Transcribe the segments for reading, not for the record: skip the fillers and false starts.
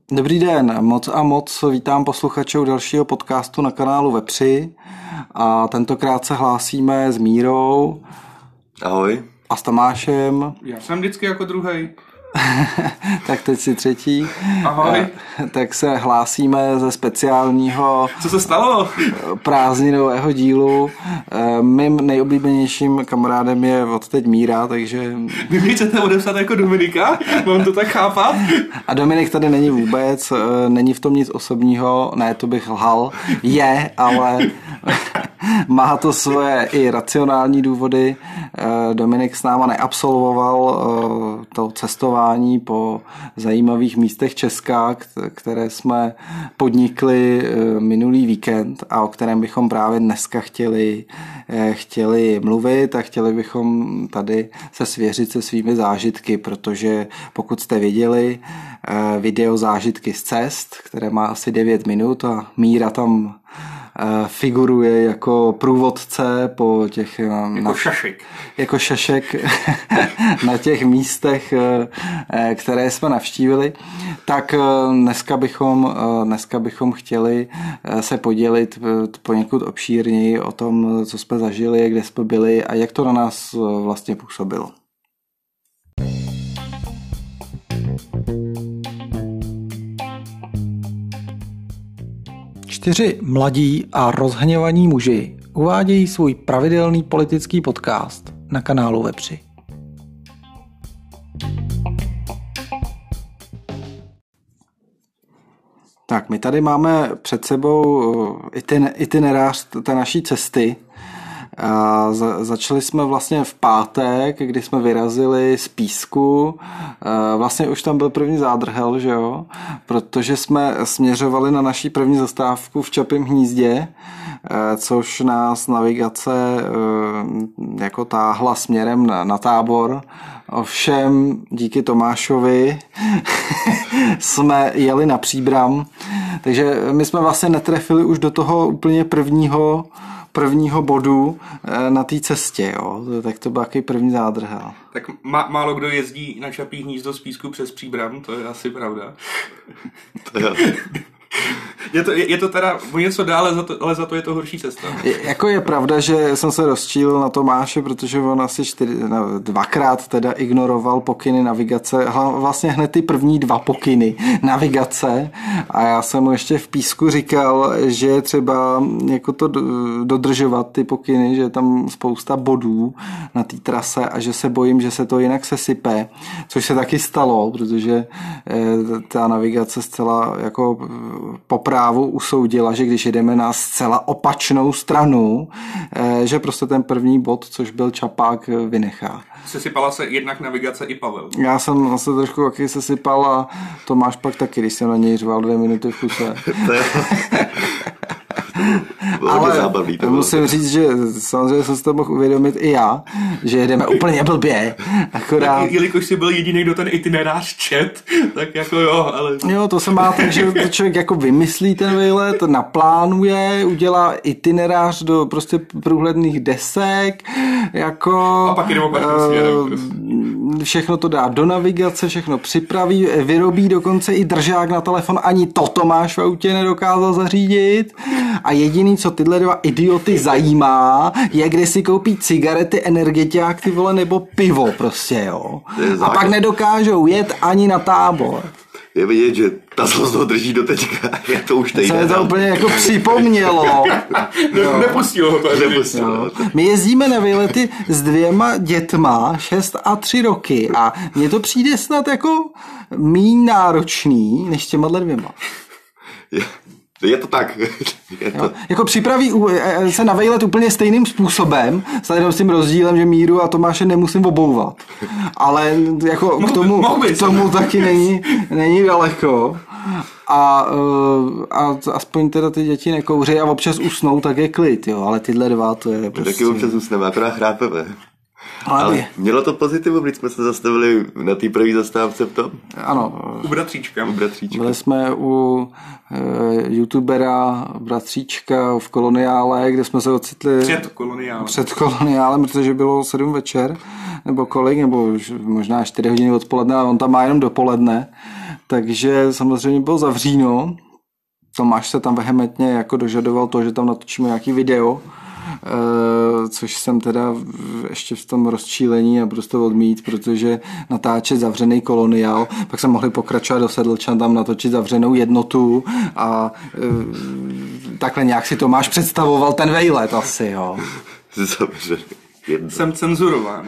Dobrý den, moc a moc vítám posluchače u dalšího podcastu na kanálu Vepři a tentokrát se hlásíme s Mírou. Ahoj. A s Tomášem. Já jsem vždycky jako druhej. Tak teď si třetí. Ahoj. Tak se hlásíme ze speciálního... Co se stalo? Prázdninového dílu. Mým nejoblíbenějším kamarádem je odteď Míra, takže... Vy mě chcete odepsat jako Dominika? Mám to tak chápat? A Dominik tady není vůbec, není v tom nic osobního, ne, to bych lhal. Je, ale má to svoje i racionální důvody. Dominik s náma neabsolvoval to cestování po zajímavých místech Česka, které jsme podnikli minulý víkend a o kterém bychom právě dneska chtěli mluvit a chtěli bychom tady se svěřit se svými zážitky, protože pokud jste viděli video zážitky z cest, které má asi 9 minut a Míra tam figuruje jako průvodce po těch... šašek. Jako šašek na těch místech, které jsme navštívili, tak dneska bychom chtěli se podělit poněkud obšírněji o tom, co jsme zažili, kde jsme byli a jak to na nás vlastně působilo. Čtyři mladí a rozhněvaní muži uvádějí svůj pravidelný politický podcast na kanálu Vepři. Tak, my tady máme před sebou itinerář té naší cesty. A začali jsme vlastně v pátek, kdy jsme vyrazili z Písku. Vlastně už tam byl první zádrhel, že jo? Protože jsme směřovali na naší první zastávku v Čapím hnízdě, což nás navigace jako táhla směrem na Tábor. Ovšem díky Tomášovi jsme jeli na Příbram, takže my jsme vlastně netrefili už do toho úplně prvního bodu na té cestě, jo. Tak to byl takový první zádrhel. Tak málo kdo jezdí na Čapí hnízdo z Písku přes Příbram, to je asi pravda. Je to teda o něco dále, ale za to je to horší cesta. Jako je pravda, že jsem se rozčílil na Tomáše, protože on asi dvakrát teda ignoroval pokyny navigace, vlastně hned ty první 2 pokyny navigace a já jsem mu ještě v Písku říkal, že je třeba jako to dodržovat ty pokyny, že je tam spousta bodů na té trase a že se bojím, že se to jinak sesype, což se taky stalo, protože ta navigace zcela jako po právu usoudila, že když jedeme na zcela opačnou stranu, že prostě ten první bod, což byl Čapák, vynechá. Sesypala se jednak navigace i Pavel. Já jsem se trošku taky sesypal a Tomáš pak taky, když jsem na něj řval 2 minuty v kuse. Ale zábavný, musím říct, že samozřejmě jsem si to mohl uvědomit i já, že jedeme úplně blbě. Akorát... Tak, jelikož jsi byl jediný, kdo ten itinerář čet, tak jako jo, ale... Jo, to se má tak, že člověk jako vymyslí ten výlet, naplánuje, udělá itinerář do prostě průhledných desek, jako... A pak jdeme opačným směrem. Všechno to dá do navigace, všechno připraví, vyrobí dokonce i držák na telefon, ani to Tomáš v autě nedokázal zařídit. A jediný, co tyhle 2 idioty zajímá, je, kde si koupí cigarety, energetiák, ty vole, nebo pivo prostě, jo. A pak nedokážou jet ani na Tábor. Je vidět, že ta zlost ho drží do teďka. Je to už tady. Se to úplně jako připomnělo. Nepustilo ho to. My jezdíme na výlety s 2 dětma, 6 a 3 roky a mně to přijde snad jako míň náročný, než těma 2. Je to tak. Jako připraví se na výlet úplně stejným způsobem, s tím rozdílem, že Míru a Tomáše nemusím obouvat. Ale jako k tomu taky není daleko. A aspoň teda ty děti nekouří a občas usnou, tak je klid, jo. Ale tyhle 2, to je prostě... Taky občas usneme, akorát chrápeme. Ale mělo to pozitivum, když jsme se zastavili na té první zastávce v tom? Ano. U bratříčka. Byli jsme u youtubera bratříčka v Koloniále, kde jsme se ocitli před koloniálem, protože bylo 7 večer, nebo kolik, nebo možná 4 hodiny odpoledne, ale on tam má jenom dopoledne. takže samozřejmě bylo zavříno. Tomáš se tam vehementně jako dožadoval to, že tam natočíme nějaký video, což jsem teda ještě v tom rozčílení naprosto odmít, protože natáčet zavřený koloniál, pak jsme mohli pokračovat do Sedlčan, tam natočit zavřenou jednotu a takhle nějak si Tomáš představoval ten vejlet asi, jo. Jsem cenzurován.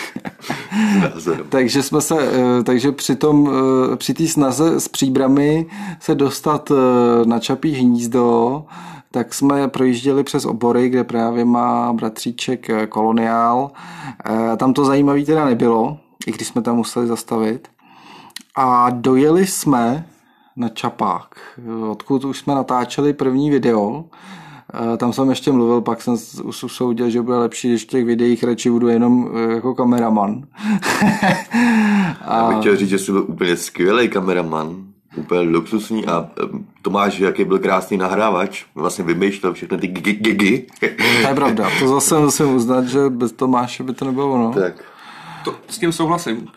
takže při té snaze s Příbrami se dostat na Čapí hnízdo, tak jsme projížděli přes Obory, kde právě má bratříček koloniál. Tam to zajímavé teda nebylo, i když jsme tam museli zastavit. A dojeli jsme na Čapák, odkud už jsme natáčeli první video. Tam jsem ještě mluvil, pak jsem usoudil, že bude lepší, když v těch videích radši budu jenom jako kameraman. Já bych chtěl říct, že jsi byl úplně skvělý kameraman, úplně luxusní a Tomáš, jaký byl krásný nahrávač, vlastně vymýšlel všechny ty gigy. To je pravda, to zase musím uznat, že bez Tomáše by to nebylo ono. Tak. To, s tím souhlasím.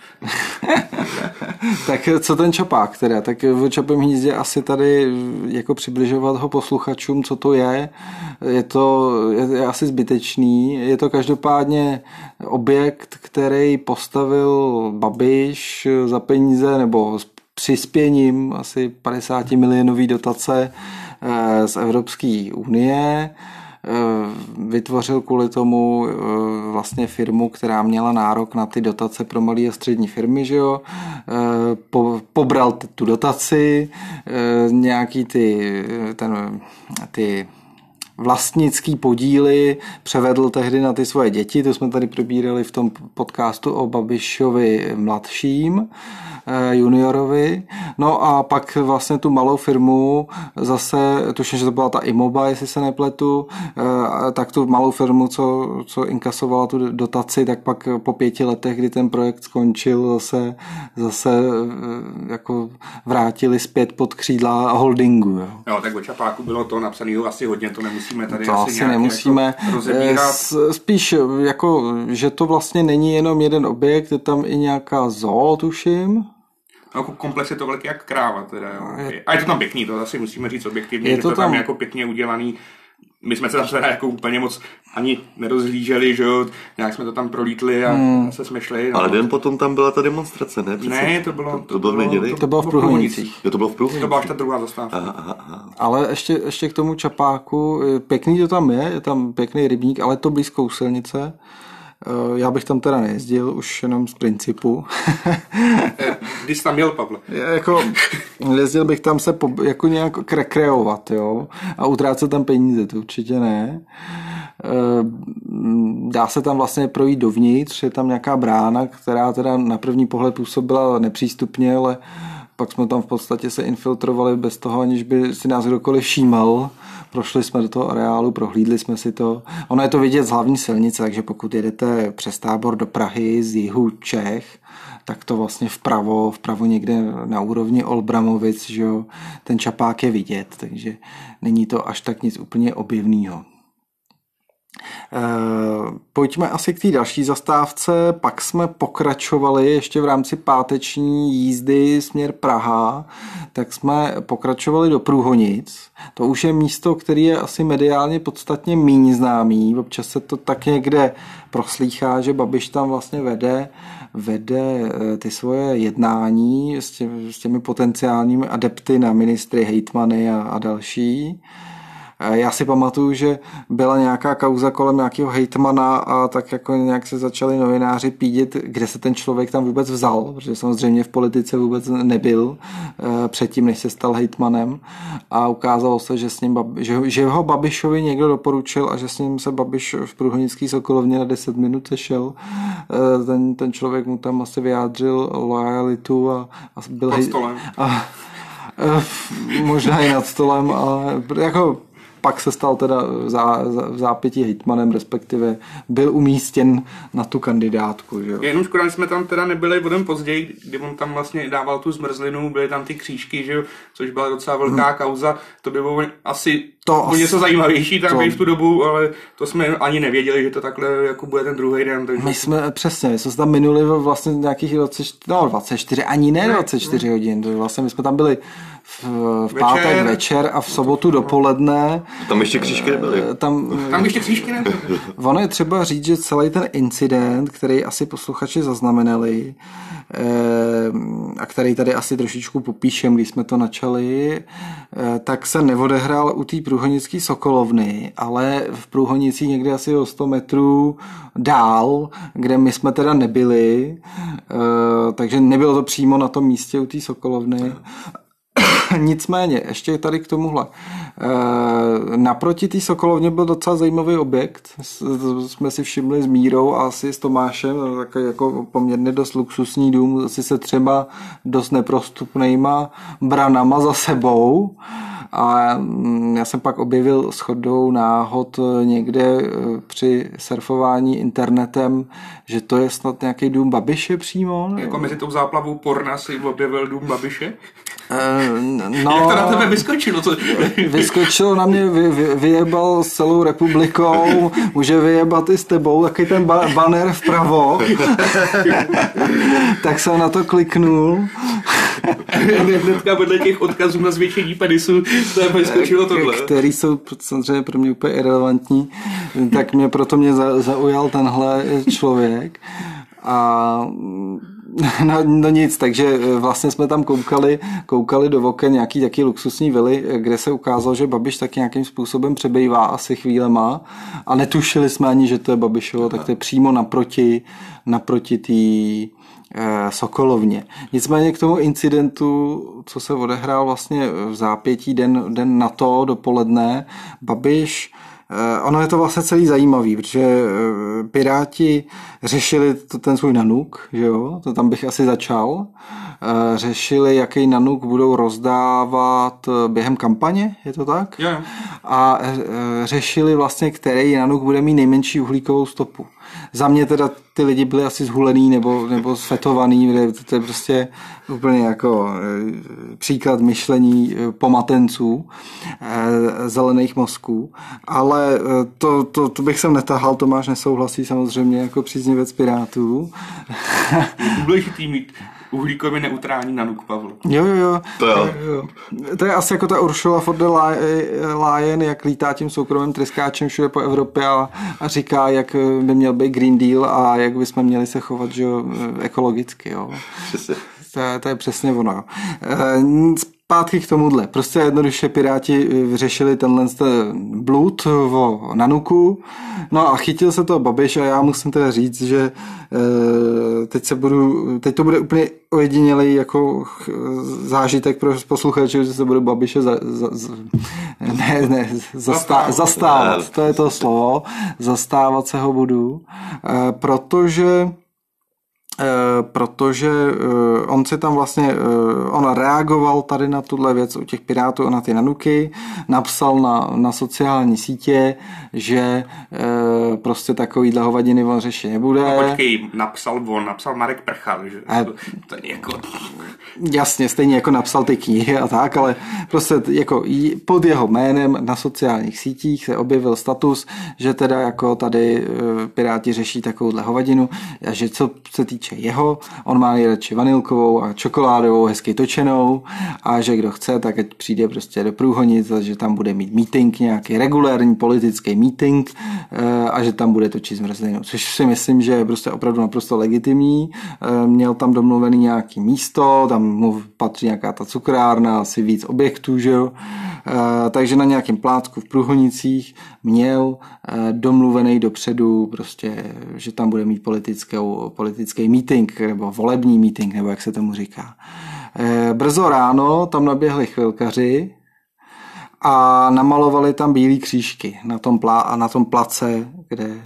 Tak co ten Čapák teda? Tak v Čapím hnízdě asi tady jako přibližovat ho posluchačům, co to je. Je asi zbytečný. Je to každopádně objekt, který postavil Babiš za peníze nebo s přispěním asi 50 milionový dotace z Evropské unie. Vytvořil kvůli tomu vlastně firmu, která měla nárok na ty dotace pro malé a střední firmy, že jo. Pobral tu dotaci, nějaký ty vlastnický podíly převedl tehdy na ty svoje děti, to jsme tady probírali v tom podcastu o Babišovi mladším, juniorovi. No a pak vlastně tu malou firmu zase, tuším, že to byla ta Imoba, jestli se nepletu, tak tu malou firmu, co inkasovala tu dotaci, tak pak po 5 letech, kdy ten projekt skončil, zase jako vrátili zpět pod křídla holdingu. Jo, tak o Čapáku bylo to napsaného asi hodně, to nemusíme tady to asi nemusíme jako rozebírat. Spíš jako, že to vlastně není jenom jeden objekt, je tam i nějaká zoo, tuším. No, komplex je to velký jak kráva teda, jo. A je to tam pěkný, to asi musíme říct objektivně, je že to tam jako pěkně udělaný. My jsme se tam teda jako úplně moc ani nerozhlíželi, že jo, nějak jsme to tam prolítli a se jsme šli. No. Ale den potom tam byla ta demonstrace, ne? Přece? Ne, to bylo v neděli? To bylo v Průhonicích. Jo, to bylo v Průhonicích. To byla až ta druhá zastávka. Aha. Ale ještě k tomu Čapáku, pěkný to tam je tam pěkný rybník, ale to blízko u silnice. Já bych tam teda nejezdil, už jenom z principu. Když jsi tam jel, Pavle? Jako, jezdil bych tam se jako nějak rekreovat, jo, a utrácet tam peníze, to určitě ne. Dá se tam vlastně projít dovnitř, je tam nějaká brána, která teda na první pohled působila nepřístupně, ale pak jsme tam v podstatě se infiltrovali bez toho, aniž by si nás kdokoliv všímal. Prošli jsme do toho areálu, prohlídli jsme si to. Ono je to vidět z hlavní silnice, takže pokud jedete přes Tábor do Prahy z jihu Čech, tak to vlastně vpravo někde na úrovni Olbramovic, že jo, ten Čapák je vidět, takže není to až tak nic úplně objevného. Pojďme asi k té další zastávce, pak jsme pokračovali ještě v rámci páteční jízdy směr Praha, tak jsme pokračovali do Průhonic. To už je místo, které je asi mediálně podstatně méně známý, občas se to tak někde proslýchá, že Babiš tam vlastně vede ty svoje jednání s těmi potenciálními adepty na ministry, hejtmany a další. Já si pamatuju, že byla nějaká kauza kolem nějakého hejtmana a tak jako nějak se začali novináři pídit, kde se ten člověk tam vůbec vzal, protože samozřejmě v politice vůbec nebyl předtím, než se stal hejtmanem a ukázalo se, že ho Babišovi někdo doporučil a že s ním se Babiš v Průhonické Sokolovně na 10 minut sešel. Ten člověk mu tam asi vyjádřil lojalitu a byl pod stolem. Možná i nad stolem, ale jako pak se stal teda v zápětí hejtmanem, respektive byl umístěn na tu kandidátku. Že jo. Jenom škoda, že jsme tam teda nebyli vodem později, kdy on tam vlastně dával tu zmrzlinu, byly tam ty křížky, že jo, což byla docela velká kauza. To by bylo asi něco zajímavější tam v tu dobu, ale to jsme ani nevěděli, že to takhle jako bude ten druhý den. Takže... My jsme se tam minuli vlastně nějakých 24, ani ne 24 hodin. Vlastně my jsme tam byli v pátek večer a v sobotu dopoledne. Tam ještě křížky nebyly. Tam ještě křížky nebyly. Ono je třeba říct, že celý ten incident, který asi posluchači zaznamenali a který tady asi trošičku popíšem, když jsme to načali, tak se neodehrál u té průhonické Sokolovny, ale v Průhonicích někde asi o 100 metrů dál, kde my jsme teda nebyli, takže nebylo to přímo na tom místě u té Sokolovny. Nicméně, ještě tady k tomuhle. Naproti té Sokolovně byl docela zajímavý objekt. Jsme si všimli s Mírou a asi s Tomášem, takový jako poměrně dost luxusní dům, asi se třeba dost neprostupnejma branama za sebou. A já jsem pak objevil shodou náhod někde při surfování internetem, že to je snad nějaký dům Babiše přímo. Jako mezi tou záplavou porna si objevil dům Babiše? No, jak to na tebe vyskočilo? Vyskočilo na mě, vyjebal s celou republikou, může vyjebat i s tebou, taky ten banner vpravo. Tak jsem na to kliknul. Hnedka vedle těch odkazů na zvětšení penisu to vyskočilo tohle. Který jsou samozřejmě pro mě úplně irelevantní, tak proto mě zaujal tenhle člověk. A no nic, takže vlastně jsme tam koukali do oken nějaký taky luxusní vily, kde se ukázalo, že Babiš taky nějakým způsobem přebývá asi chvílema a netušili jsme ani, že to je Babišovo, tak to je přímo naproti té Sokolovně. Nicméně k tomu incidentu, co se odehrál vlastně v zápětí den na to dopoledne, Babiš, ono je to vlastně celý zajímavý, protože Piráti řešili ten svůj nanuk, že jo, to tam bych asi začal, řešili, jaký nanuk budou rozdávat během kampaně, je to tak? Yeah. A řešili vlastně, který nanuk bude mít nejmenší uhlíkovou stopu. Za mě teda ty lidi byli asi zhulený nebo sfetovaný, to je prostě úplně jako příklad myšlení pomatenců, zelených mozků, ale to bych sem netahal, Tomáš nesouhlasí samozřejmě jako příznivec Pirátů. Důležitý mít uhlíkově neutrální nanuk, Pavlo. Jo. Jo. To je asi jako ta Ursula von der Leyen, jak lítá tím soukromým tryskáčem všude po Evropě a říká, jak by měl být Green Deal a jak bychom měli se chovat, že ekologicky. Jo. To je přesně ono. Jo. Zpátky k tomuhle. Prostě jednoduše Piráti vyřešili tenhle blud o nanuku. No a chytil se to Babiš a já musím teda říct, že teď to bude úplně ojedinělý jako zážitek pro posluchače, že se bude Babiše zastávat. To je to slovo. Zastávat se ho budu. Protože on si tam vlastně, on reagoval tady na tuhle věc u těch Pirátů a na ty nanuky, napsal na sociální sítě, že prostě takovýhle hovadiny on řešit nebude. No počkej, napsal Marek Prchal, že to je jako... Jasně, stejně jako napsal ty knihy a tak, ale prostě jako pod jeho jménem na sociálních sítích se objevil status, že teda jako tady Piráti řeší takovouhle hovadinu a že co se týče jeho, on má nejradši vanilkovou a čokoládovou, hezky točenou a že kdo chce, tak ať přijde prostě do Průhonic, že tam bude mít meeting, nějaký regulární politický meeting a že tam bude točit zmrzlinu, což si myslím, že je prostě opravdu naprosto legitimní. Měl tam domluvený nějaký místo, tam mu patří nějaká ta cukrárna, asi víc objektů, že jo. Takže na nějakém plátku v Průhonicích měl domluvený dopředu prostě, že tam bude mít politický meeting, nebo volební meeting, nebo jak se tomu říká. Brzo ráno tam naběhli chvilkaři a namalovali tam bílý křížky na tom place, kde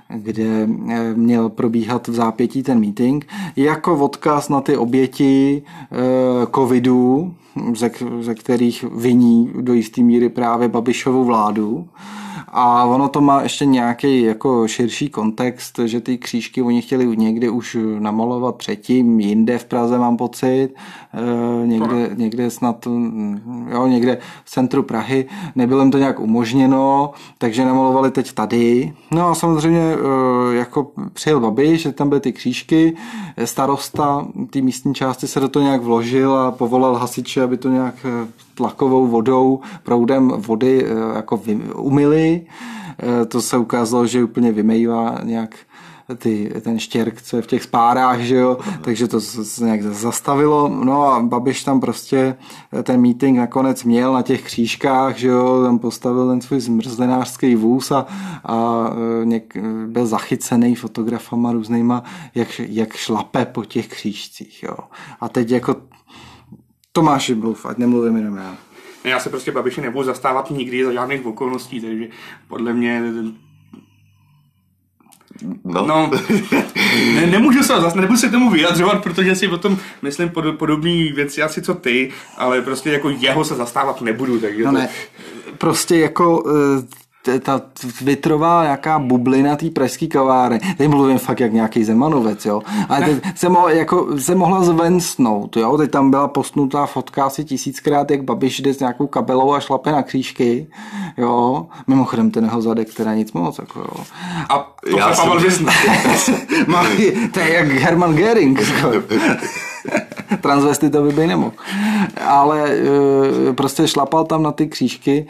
kde měl probíhat v zápětí ten meeting, jako odkaz na ty oběti covidu, ze kterých viní do jisté míry právě Babišovu vládu. A ono to má ještě nějaký jako širší kontext, že ty křížky oni chtěli někdy už namalovat předtím, jinde v Praze mám pocit, někde snad, jo, někde v centru Prahy, nebylo jim to nějak umožněno, takže namalovali teď tady. No a samozřejmě jako přijel Babiš, že tam byly ty křížky, starosta té místní části se do toho nějak vložil a povolal hasiče, aby to nějak tlakovou vodou, proudem vody jako umyli. To se ukázalo, že úplně vymejvá nějak ten štěrk, co je v těch spárách, že jo, takže to se nějak zastavilo. No a Babiš tam prostě ten meeting nakonec měl na těch křížkách, že jo, tam postavil ten svůj zmrzlinářský vůz a byl zachycený fotografama různýma, jak šlape po těch křížcích, jo. A teď jako Tomáši mluv, ať nemluvím jenom já. Já se prostě Babiše nebudu zastávat nikdy za žádných okolností, takže podle mě... No. Nemůžu se zase, nebudu se k tomu vyjadřovat, protože si o tom myslím podobné věci asi co ty, ale prostě jako jeho se zastávat nebudu, takže no to... ne, prostě jako... ta twitterová nějaká bublina té pražský kavárny. Teď mluvím fakt jak nějaký Zemanovec, jo. Ale teď se mohla zvencnout, jo. Teď tam byla postnutá fotka asi 1000krát, jak Babiš jde s nějakou kabelou a šlape na křížky, jo. Mimochodem ten jeho zadek, teda nic moc, jako jo. A to já se Pavel vyzná. To je jak Hermann Göring, transvestita by být nemohl. Ale prostě šlapal tam na ty křížky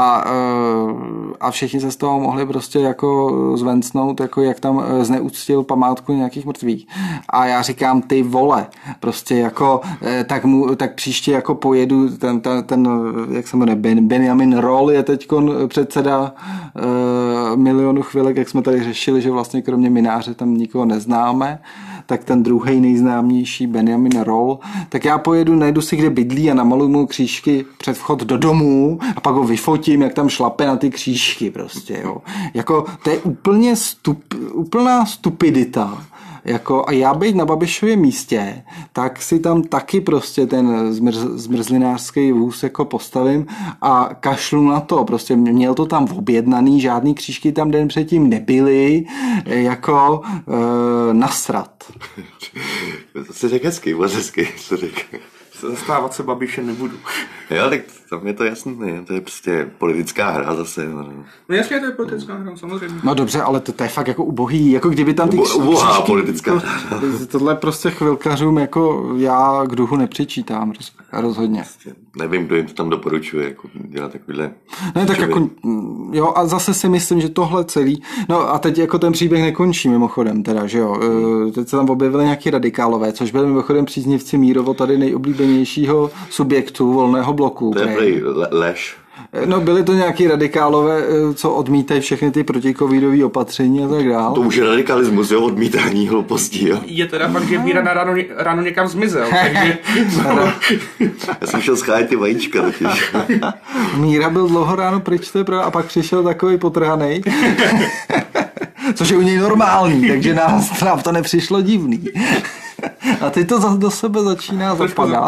a všichni se z toho mohli prostě jako zvencnout, jako jak tam zneuctil památku nějakých mrtvých. A já říkám, ty vole, prostě jako tak příště jako pojedu ten jak se jmenuje, Benjamin Roll je teďkon předseda Milionu chvilek, jak jsme tady řešili, že vlastně kromě Mináře tam nikoho neznáme, tak ten druhý nejznámější Benjamin Roll, tak já pojedu, najdu si, kde bydlí a namaluju mu křížky před vchod do domů a pak ho vyfotím, jak tam šlape na ty křížky prostě, jo. Jako, to je úplná stupidita. Jako, a já být na Babišově místě, tak si tam taky prostě ten zmrzlinářský vůz jako postavím a kašlu na to. Prostě měl to tam objednaný, žádný křížky tam den předtím nebyly, jako nasrat. To si řekl hezky, moc hezky, to řekl. Zastávat se Babiše nebudu. Jo, tak tam je to jasné, to je prostě politická hra zase. No jasně, to je politická hra, samozřejmě. No dobře, ale to je fakt jako ubohý, jako kdyby tam ty ubohá politická hra. Tohle prostě chvilkařům jako já k duchu nepřičítám, rozhodně. Nevím, kdo jim to tam doporučuje, jako dělat takovýhle. Ne, tak jako, jo, a zase si myslím, že tohle celý, no a teď jako ten příběh nekončí mimochodem teda, že jo, teď se tam objevili nějaký radikálové, což byli mimochodem příznivci Mírovo, tady nejoblíbenějšího subjektu Volného bloku. To je lež. No byli to nějaký radikálové, co odmítají všechny ty protikovidové opatření a tak dále. To už je radikalismus, jo, odmítání hloupostí, jo. Je teda fakt, že Míra ráno někam zmizel, takže... Já jsem šel schájet ty vajíčka totiž. Míra byl dlouho ráno pryč, a pak přišel takový potrhanej. Což je u něj normální, takže nám to nepřišlo divný. A teď to do sebe začíná zapadat.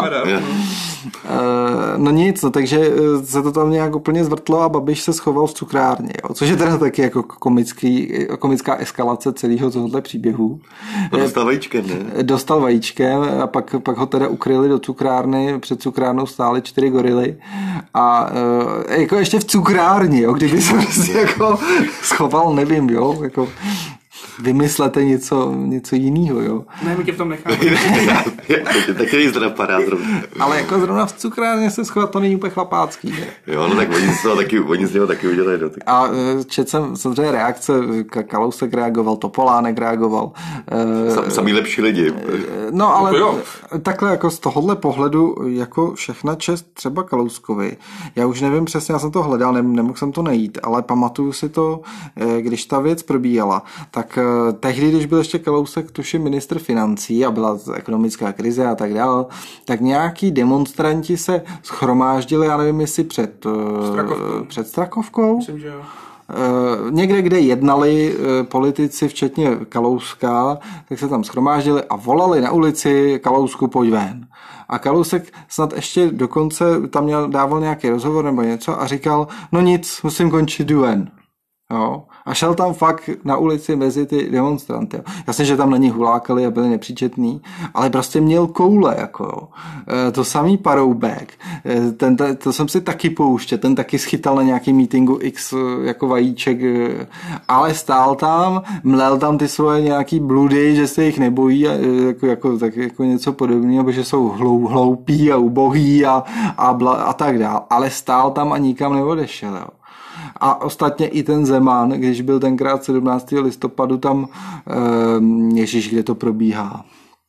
No nic, no, takže se to tam nějak úplně zvrtlo a Babiš se schoval v cukrárně, jo, což je teda taky jako komická eskalace celého tohohle příběhu. Dostal vajíčkem, ne? Dostal vajíčkem a pak ho teda ukryli do cukrárny, před cukrárnou stály 4 gorily a jako ještě v cukrárně, jo, kdyby se prostě jako schoval, nevím, jo, jako vymyslete něco jiného, jo. Ne, my tě v tom necháme. Taky nejsi napadá zrovna. Ale jako zrovna v cukrárně se schovat, to není úplně chlapácký, ne? Jo, no tak oni z něho taky udělají. No, a četl jsem samozřejmě reakce, Kalousek reagoval, Topolánek reagoval. Samý lepší lidi. No ale takhle jako z tohohle pohledu jako všechna čest třeba Kalouskovi. Já už nevím přesně, já jsem to hledal, nemohl jsem to najít, ale pamatuju si to, když ta věc probíhala, tak tehdy, když byl ještě Kalousek, tuším, ministr financí a byla ekonomická krize a tak dále, tak nějaký demonstranti se shromáždili, já nevím, jestli před Strakovkou. Myslím, že jo. někde, kde jednali politici, včetně Kalouska, tak se tam shromáždili a volali na ulici: Kalousku, pojď ven. A Kalousek snad ještě dokonce tam dával nějaký rozhovor nebo něco a říkal: no nic, musím končit, jdu ven. Jo? A šel tam fakt na ulici mezi ty demonstranty. Jasně, že tam na ní hulákali a byli nepříčetní, ale prostě měl koule. Jako. To samý Paroubek. To jsem si taky pouštěl. Ten taky schytal na nějaký meetingu X jako vajíček, ale stál tam, mlel tam ty svoje nějaký bludy, že se jich nebojí, jako něco podobného, že jsou hloupí a ubohý a tak dál. Ale stál tam a nikam neodešel. Jo. A ostatně i ten Zeman, když byl tenkrát 17. listopadu tam, ježiš, kde to probíhá?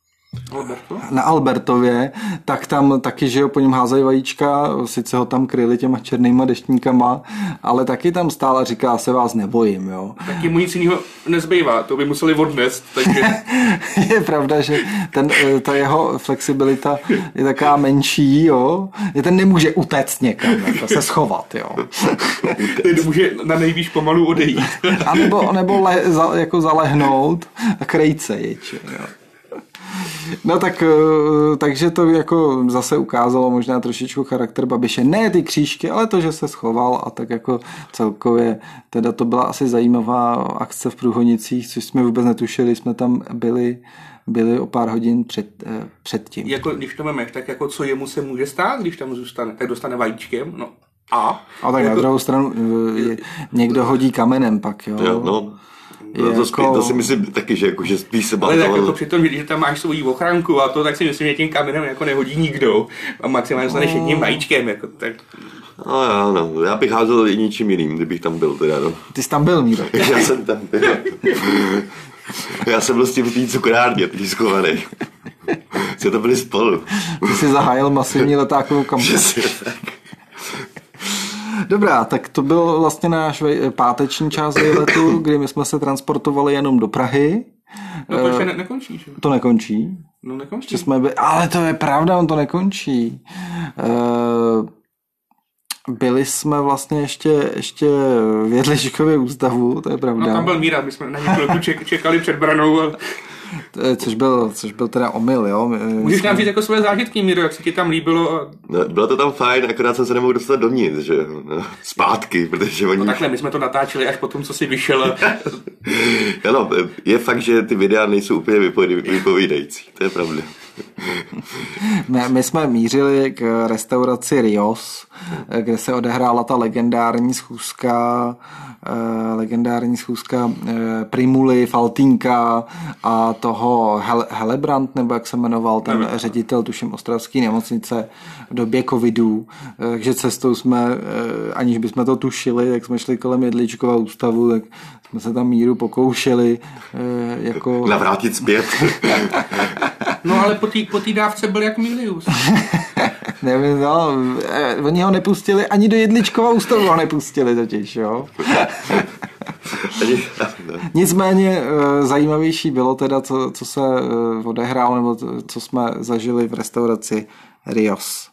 Na Albertově, tak tam taky, že jo, po něm házají vajíčka, sice ho tam kryli těma černýma deštníkama, ale taky tam stál a říká: se vás nebojím, jo. Taky mu nic jiného nezbývá, to by museli odnést, takže... Je pravda, že ta jeho flexibilita je taková menší, jo. Ten nemůže utéct někam, jako se schovat, jo. Ten může na nejvýš pomalu odejít. A nebo jako zalehnout a krejt se ječe, jo. No takže to jako zase ukázalo možná trošičku charakter Babiše. Ne ty křížky, ale to, že se schoval a tak jako celkově. Teda to byla asi zajímavá akce v Průhonicích, což jsme vůbec netušili, jsme tam byli o pár hodin předtím. Jako když to máme, tak jako co jemu se může stát, když tam zůstane? Tak dostane vajíčkem, no. A tak jako... na druhou stranu někdo hodí kamenem pak, jo. No. To si myslím taky, že spíš se bavil. Ale tak jako přitom, když tam máš svoji ochranku a to, tak si myslím, že tím kamenem jako nehodí nikdo. A maximálně dostaneš jedním vajíčkem. Jako, tak. No, já bych házel i ničím jiným, kdybych tam byl teda, no. Ty jsi tam byl, Míro. Já jsem tam byl. Já jsem byl s tím v té cukrárně, tý schovaný. Jsme to byli spolu. Ty jsi zahájil masivní letákovou kampaň. Dobrá, tak to byl vlastně náš páteční část výletu, kdy my jsme se transportovali jenom do Prahy. No to ještě nekončí, že? To nekončí? No nekončí. Ale to je pravda, on to nekončí. Byli jsme vlastně ještě v Jedličkově ústavu, to je pravda. No tam byl Míra, my jsme na něj čekali před branou. Což byl teda omyl, jo. Můžeš nám říct jako své zážitky, Míro, jak se ti tam líbilo? No, bylo to tam fajn, akorát jsem se nemohl dostat dovnitř, že no, zpátky, protože oni... No takhle, my jsme to natáčeli až po tom, co si vyšel. Ano, je fakt, že ty videa nejsou úplně vypovídající, to je pravda. My jsme mířili k restauraci Rios, kde se odehrála ta legendární schůzka Primuly, Faltínka a toho Helebrant, nebo jak se jmenoval ten ředitel, tuším, ostravské nemocnice v době covidu. Takže cestou jsme, aniž bychom to tušili, jak jsme šli kolem Jedličkova ústavu, tak jsme se tam Míru pokoušeli jako... navrátit zpět. No ale po té dávce byl jak Milius. Nevím, no, oni ho nepustili, ani do Jedličkova ústavu ho nepustili totiž, jo. Nicméně zajímavější bylo teda, co se odehrálo, nebo co jsme zažili v restauraci Rios.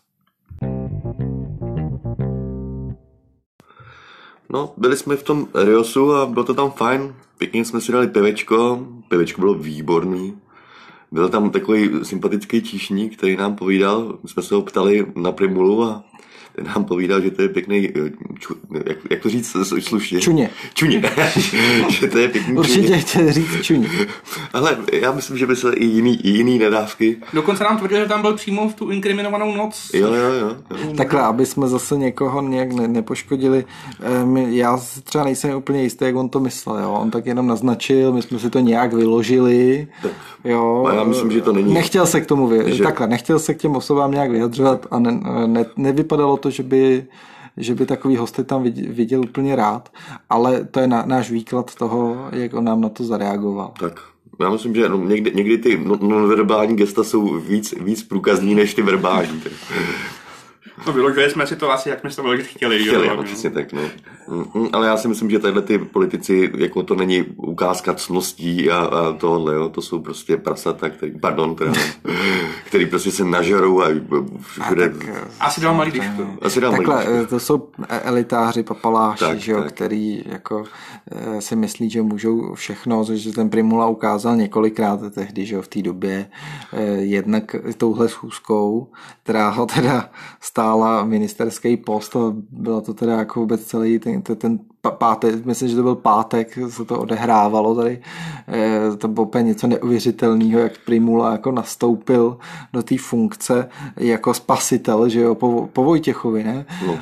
No, byli jsme v tom Riosu a bylo to tam fajn. Pěkně jsme si dali pivečko bylo výborný. Byl tam takový sympatický číšník, který nám povídal, my jsme se ho ptali na Primulu a ten nám povídal, že to je pěkný, jak to říct slušně? Čuně. Že to je pěkný Určitě chtěl říct čuně. Ale já myslím, že by se i jiný nadávky. Dokonce nám tvrdil, že tam byl přímo v tu inkriminovanou noc. Jo. Takhle, aby jsme zase někoho nějak nepoškodili. Já třeba nejsem úplně jistý, jak on to myslel. Jo? On tak jenom naznačil, my jsme si to nějak vyložili. Jo? A já myslím, že to není. Nechtěl se k tomu nechtěl se k těm osobám nějak vyjadřovat a nevypadalo to, že by takový hosty tam viděl úplně rád, ale to je náš výklad toho, jak on nám na to zareagoval. Tak, já myslím, že někdy ty nonverbální gesta jsou víc průkazní než ty verbální. No vyložili jsme si to asi, jak jsme to vyložit chtěli. Chtěli, přesně tak, no. Ale já si myslím, že tadyhle ty politici, jako to není ukázka cností a tohle, jo, to jsou prostě prasata, který prostě se nažerou a asi dal malý dišku. Takhle, to jsou elitáři, papaláši, že jo, který jako si myslí, že můžou všechno, že ten Prymula ukázal několikrát tehdy, že jo, v té době, jednak touhle schůzkou, která ho teda stála ministerský post a bylo to teda jako vůbec celý ten pátek, myslím, že to byl pátek, se to odehrávalo tady, to bylo úplně něco neuvěřitelného, jak Prymula jako nastoupil do té funkce jako spasitel, že jo, po Vojtěchovi, ne? No.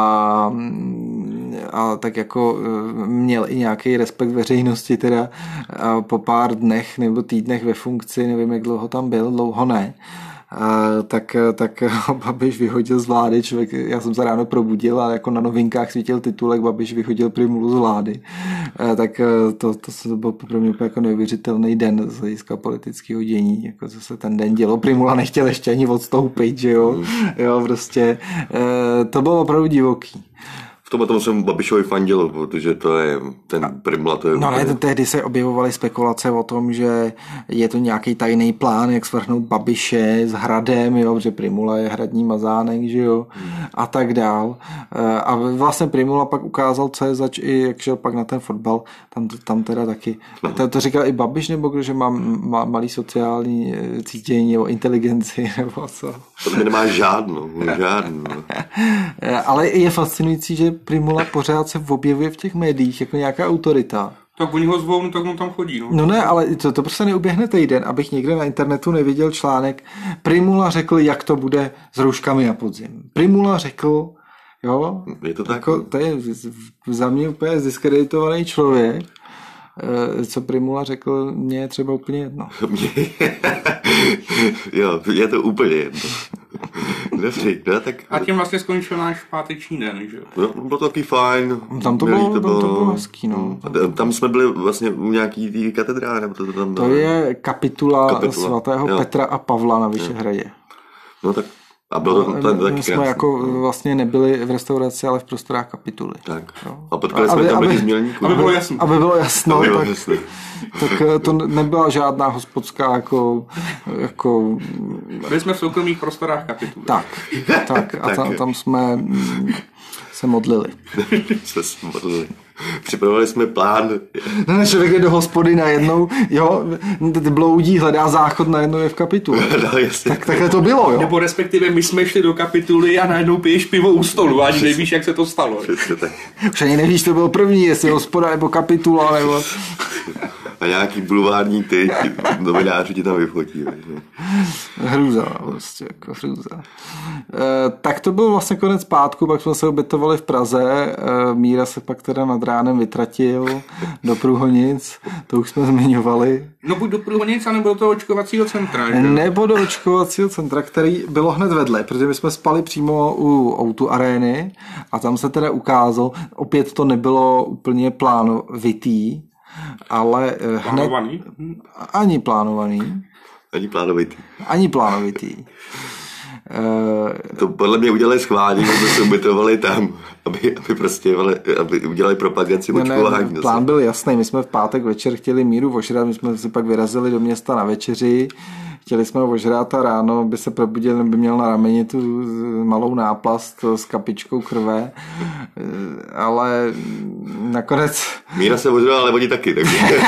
A tak jako měl i nějaký respekt veřejnosti teda a po pár dnech nebo týdnech ve funkci, nevím, jak dlouho tam byl, dlouho ne, tak Babiš vyhodil z vlády, člověk, já jsem se ráno probudil a jako na novinkách svítil titulek Babiš vyhodil Prymulu z vlády, tak to byl pro mě jako neuvěřitelný den z hlediska politického dění, jako co se ten den dělo, Prymula nechtěl ještě ani odstoupit, že jo, prostě to bylo opravdu divoký. V tomhle jsem Babišovi fandil, protože to je ten Prymula. To je no ne, tehdy se objevovaly spekulace o tom, že je to nějaký tajný plán, jak svrhnout Babiše s Hradem, jo, protože Prymula je hradní mazánek, že jo, a tak dál. A vlastně Prymula pak ukázal, co je zač, i jak šel pak na ten fotbal, tam teda taky. To říkal i Babiš, nebo že má malý sociální cítění nebo inteligenci, nebo co? To nemá žádnou. Ale je fascinující, že Prymula pořád se objevuje v těch médiích jako nějaká autorita. Tak oni ho zvou, tak on tam chodí. No ne, ale to prostě neuběhne týden, abych někde na internetu neviděl článek. Prymula řekl, jak to bude s rouškami na podzim. Prymula řekl, jo, je to tak? Jako, to je za mě úplně zdiskreditovaný člověk. Co Prymula řekl, mě je třeba úplně jedno. Jo, je to úplně jedno. Dobře, no, tak... A tím vlastně skončil náš páteční den, že jo? No, bylo to taky fajn. Tam to bylo hezký, no. Tam jsme byli vlastně u nějaký tý katedrály, nebo to tam... To je kapitula svatého Petra a Pavla na Vyšehradě. No tak... A bylo to taky krásný. Jsme jako vlastně nebyli v restauraci, ale v prostorách kapituly. Tak. No. A potkali jsme tam lidi z Mělníku. Aby bylo jasno. Tak to nebyla žádná hospodská jako... Byli jsme v soukromých prostorách kapituly. Tak. A tam jsme se modlili. Připravovali jsme plán. Ne, člověk je do hospody najednou, jo, bloudí, hledá záchod, najednou je v kapitule. No, tak takhle to bylo, jo. Nebo respektive my jsme šli do kapituly a najednou piješ pivo u stolu, ani nevíš, jak se to stalo. Už ani nevíš, to byl první, jestli hospoda nebo kapitula, nebo... A nějaký bulvární novináři ti tam vyfotí. Hrůza, prostě, jako hrůza. Tak to byl vlastně konec pátku, pak jsme se ubytovali v Praze, Míra se pak teda nad ránem vytratil do Průhonic, to už jsme zmiňovali. No buď do Průhonic, anebo do toho očkovacího centra, že? Nebo do očkovacího centra, který bylo hned vedle, protože my jsme spali přímo u O2 Areny a tam se teda ukázalo, opět to nebylo úplně plánovitý, ale plánovaný? Ani plánovaný. Ani plánovitý. To podle mě udělali schválně, že se ubytovali tam, aby udělali propagaci očkování. Plán byl jasný, my jsme v pátek večer chtěli Míru ožrat, my jsme si pak vyrazili do města na večeři, chtěli jsme ho ožrát a ráno by se probudil, by měl na rameni tu malou náplast s kapičkou krve, ale nakonec... Míra se ožrala, ale oni taky.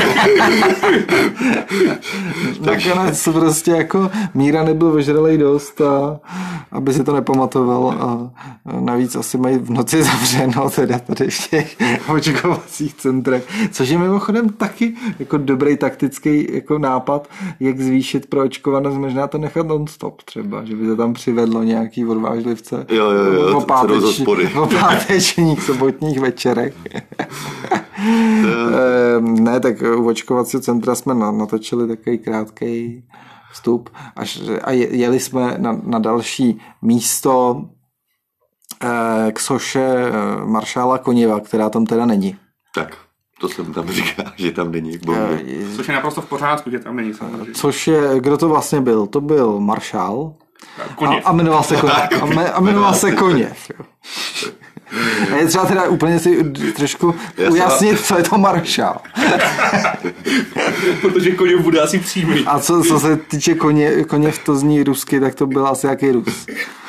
Nakonec prostě jako Míra nebyl ožralej dost a aby si to nepamatoval a navíc asi mají v noci zavřeno teda tady v těch očkovacích centrech, což je mimochodem taky jako dobrý taktický jako nápad, jak zvýšit pro očkovanost, možná to nechat non-stop třeba, že by to tam přivedlo nějaký odvážlivce o pátečních sobotních večerech. Ne, tak u očkovacího centra jsme natočili takový krátký vstup a jeli jsme na další místo k soše maršála Koněva, která tam teda není. Tak, to jsem tam říkal, že tam není. Což je naprosto v pořádku, že tam není samozřejmě. Kdo to vlastně byl? To byl maršál. A jmenoval se Koněv. A jmenoval se Koněv. A je třeba teda úplně si trošku ujasnit, co je to maršál. Protože Koněv bude asi přímý. A co se týče Koněv, to zní rusky, tak to byl asi jaký Rus.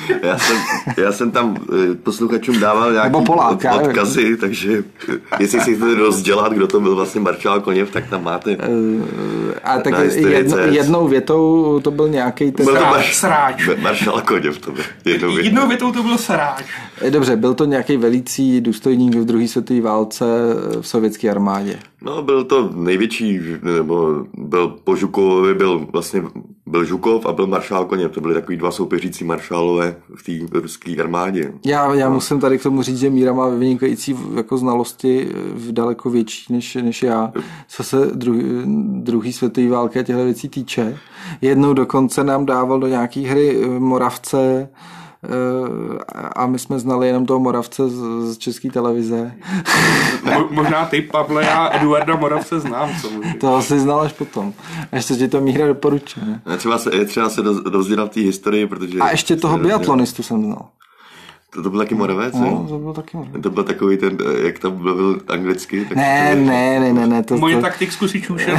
Já jsem tam posluchačům dával nějaký odkazy, takže jestli si chcete rozdělat, kdo to byl vlastně maršál Koněv, tak tam máte. A tak jednou větou to byl nějaký ten sráč. Maršál Koněv to byl. Jednou větou to byl sráč. Dobře, byl to nějaký velící důstojník v druhé světové válce v sovětské armádě. No, byl to největší, nebo byl po Žukovovi, byl Žukov a byl maršál Koněv. To byly takový dva soupeřící maršálové v té ruské armádě. Já musím tady k tomu říct, že Míra má vynikající jako znalosti daleko větší než já, co se druhý světové války a těchto věcí týče. Jednou dokonce nám dával do nějaký hry Moravce a my jsme znali jenom toho Moravce z české televize. Možná ty, Pavle, já Eduarda Moravce znám. To asi znal až potom. Až se ti to Míra doporučuje. Je třeba se dozvědělat v té historii, protože... A ještě toho biatlonistu jsem znal. To byl taky Moravec? No, to byl taky Moravec. To byl takový ten, jak tam byl anglicky? Tak ne. Moje taktik zkusí čůšet.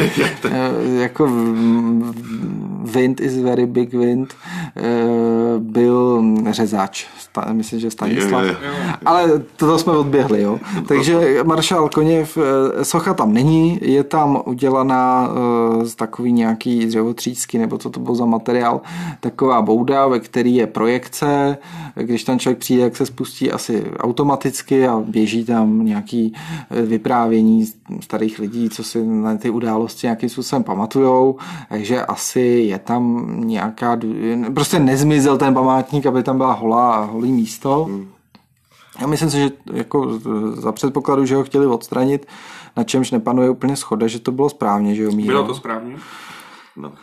Jako wind is very big wind byl řezáč. Myslím, že Stanislav. Ale toto jsme odběhli, jo. Takže maršál Koněv, socha tam není, je tam udělaná z takový nějaký dřevotřísky, nebo co to bylo za materiál, taková bouda, ve který je projekce, když tam člověk přijde, jak se spustí asi automaticky a běží tam nějaký vyprávění starých lidí, co si na ty události nějakým způsobem pamatujou, takže asi je tam nějaká, prostě nezmizel ten památník, aby tam byla holý místo. Já myslím si, že jako za předpokladu, že ho chtěli odstranit, na čemž nepanuje úplně shoda, že to bylo správně, že jo, Míro? Bylo to správně. No.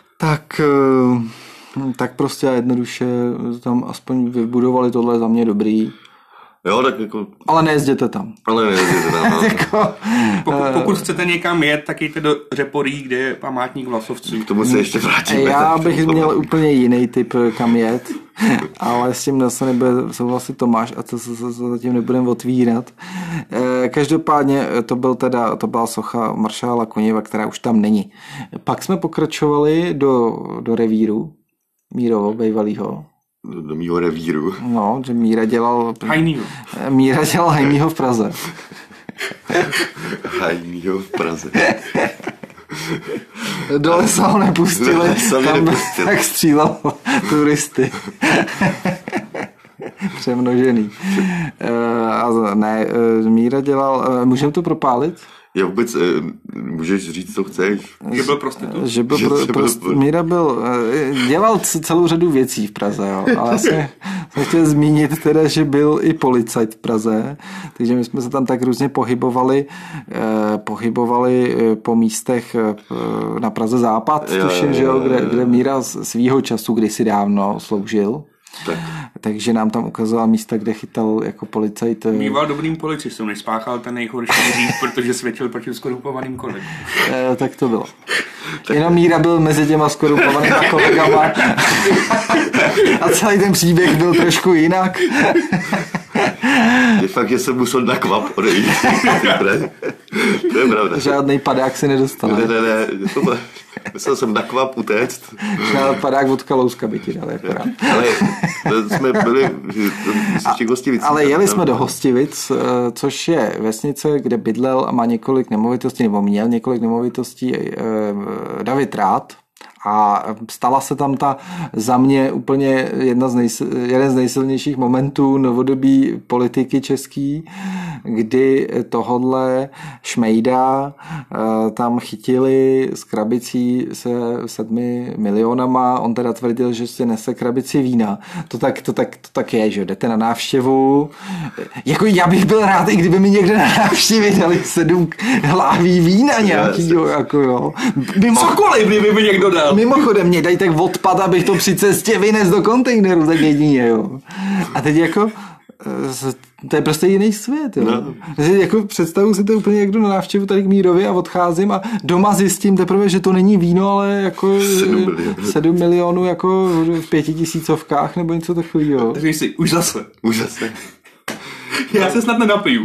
Tak prostě a jednoduše tam aspoň vybudovali tohle za mě dobrý. Jo, tak jako... Ale nejezděte tam. No. Jako, pokud chcete někam jet, tak jděte do Řeporí, kde je památník Vlasovců. K tomu se ještě vrátíme. Já bych měl úplně jiný typ, kam jet, ale s tím zase nebude souhlasit Tomáš a to se zatím nebudeme otvírat. Každopádně to byla socha maršála Koněva, která už tam není. Pak jsme pokračovali do revíru Mírovo, bývalýho. Do mýho revíru. No, že Míra dělal... Hajnýho. Míra dělal Hajnýho v Praze. Hajnýho v Praze. Do lesa ho nepustili, tam tak střílel turisty. Přemnožený. Míra dělal... Můžeme to propálit? Já vůbec, můžeš říct, co chceš. Že byl prostitut. Míra dělal celou řadu věcí v Praze, jo. Ale já jsem chtěl zmínit teda, že byl i policajt v Praze, takže my jsme se tam tak různě pohybovali po místech na Praze Západ, tuším, že jo, kde Míra svýho času kdysi dávno sloužil. Takže nám tam ukazoval místa, kde chytal jako policajt. Býval dobrým policistou, než spáchal ten nejhorší hřích, protože svědčil proti skorumpovaným kolegům. Tak to bylo. Jenom Míra byl mezi těma skorumpovanýma kolegama a celý ten příběh byl trošku jinak. Je fakt, že jsem musel na kvap odejít. To je pravda. Žádnej padák si nedostal. Ne. Myslel jsem na kvap utéct. Žádný padák od Kalouska by ti dali. Ale jsme byli v těch Hostivic. Ale jeli jsme do Hostivic, což je vesnice, kde bydlel a má několik nemovitostí, nebo měl několik nemovitostí David Rád. A stala se tam ta za mě úplně jeden z nejsilnějších momentů novodobí politiky český, kdy tohodle Šmejda tam chytili s krabicí se 7 milionama. On teda tvrdil, že si nese krabici vína. To tak je, že jdete na návštěvu. Jako já bych byl rád, i kdyby mi někde na návštěvě dali 7 hlaví vína nějakýho. Jako jo. Cokoliv, kdyby mi někdo dal. Mimochodem, mě dají tak odpad, abych to při cestě vynes do kontejneru, tak jedině, jo. A teď jako To je prostě jiný svět. Jo. No. Jako představuji si to úplně, jak jdu na návštěvu tady k Mírovi a odcházím a doma zjistím teprve, že to není víno, ale jako 7 milionů jako v 5 000 nebo něco takového. Takže si, už zase. Já se snad nenapiju.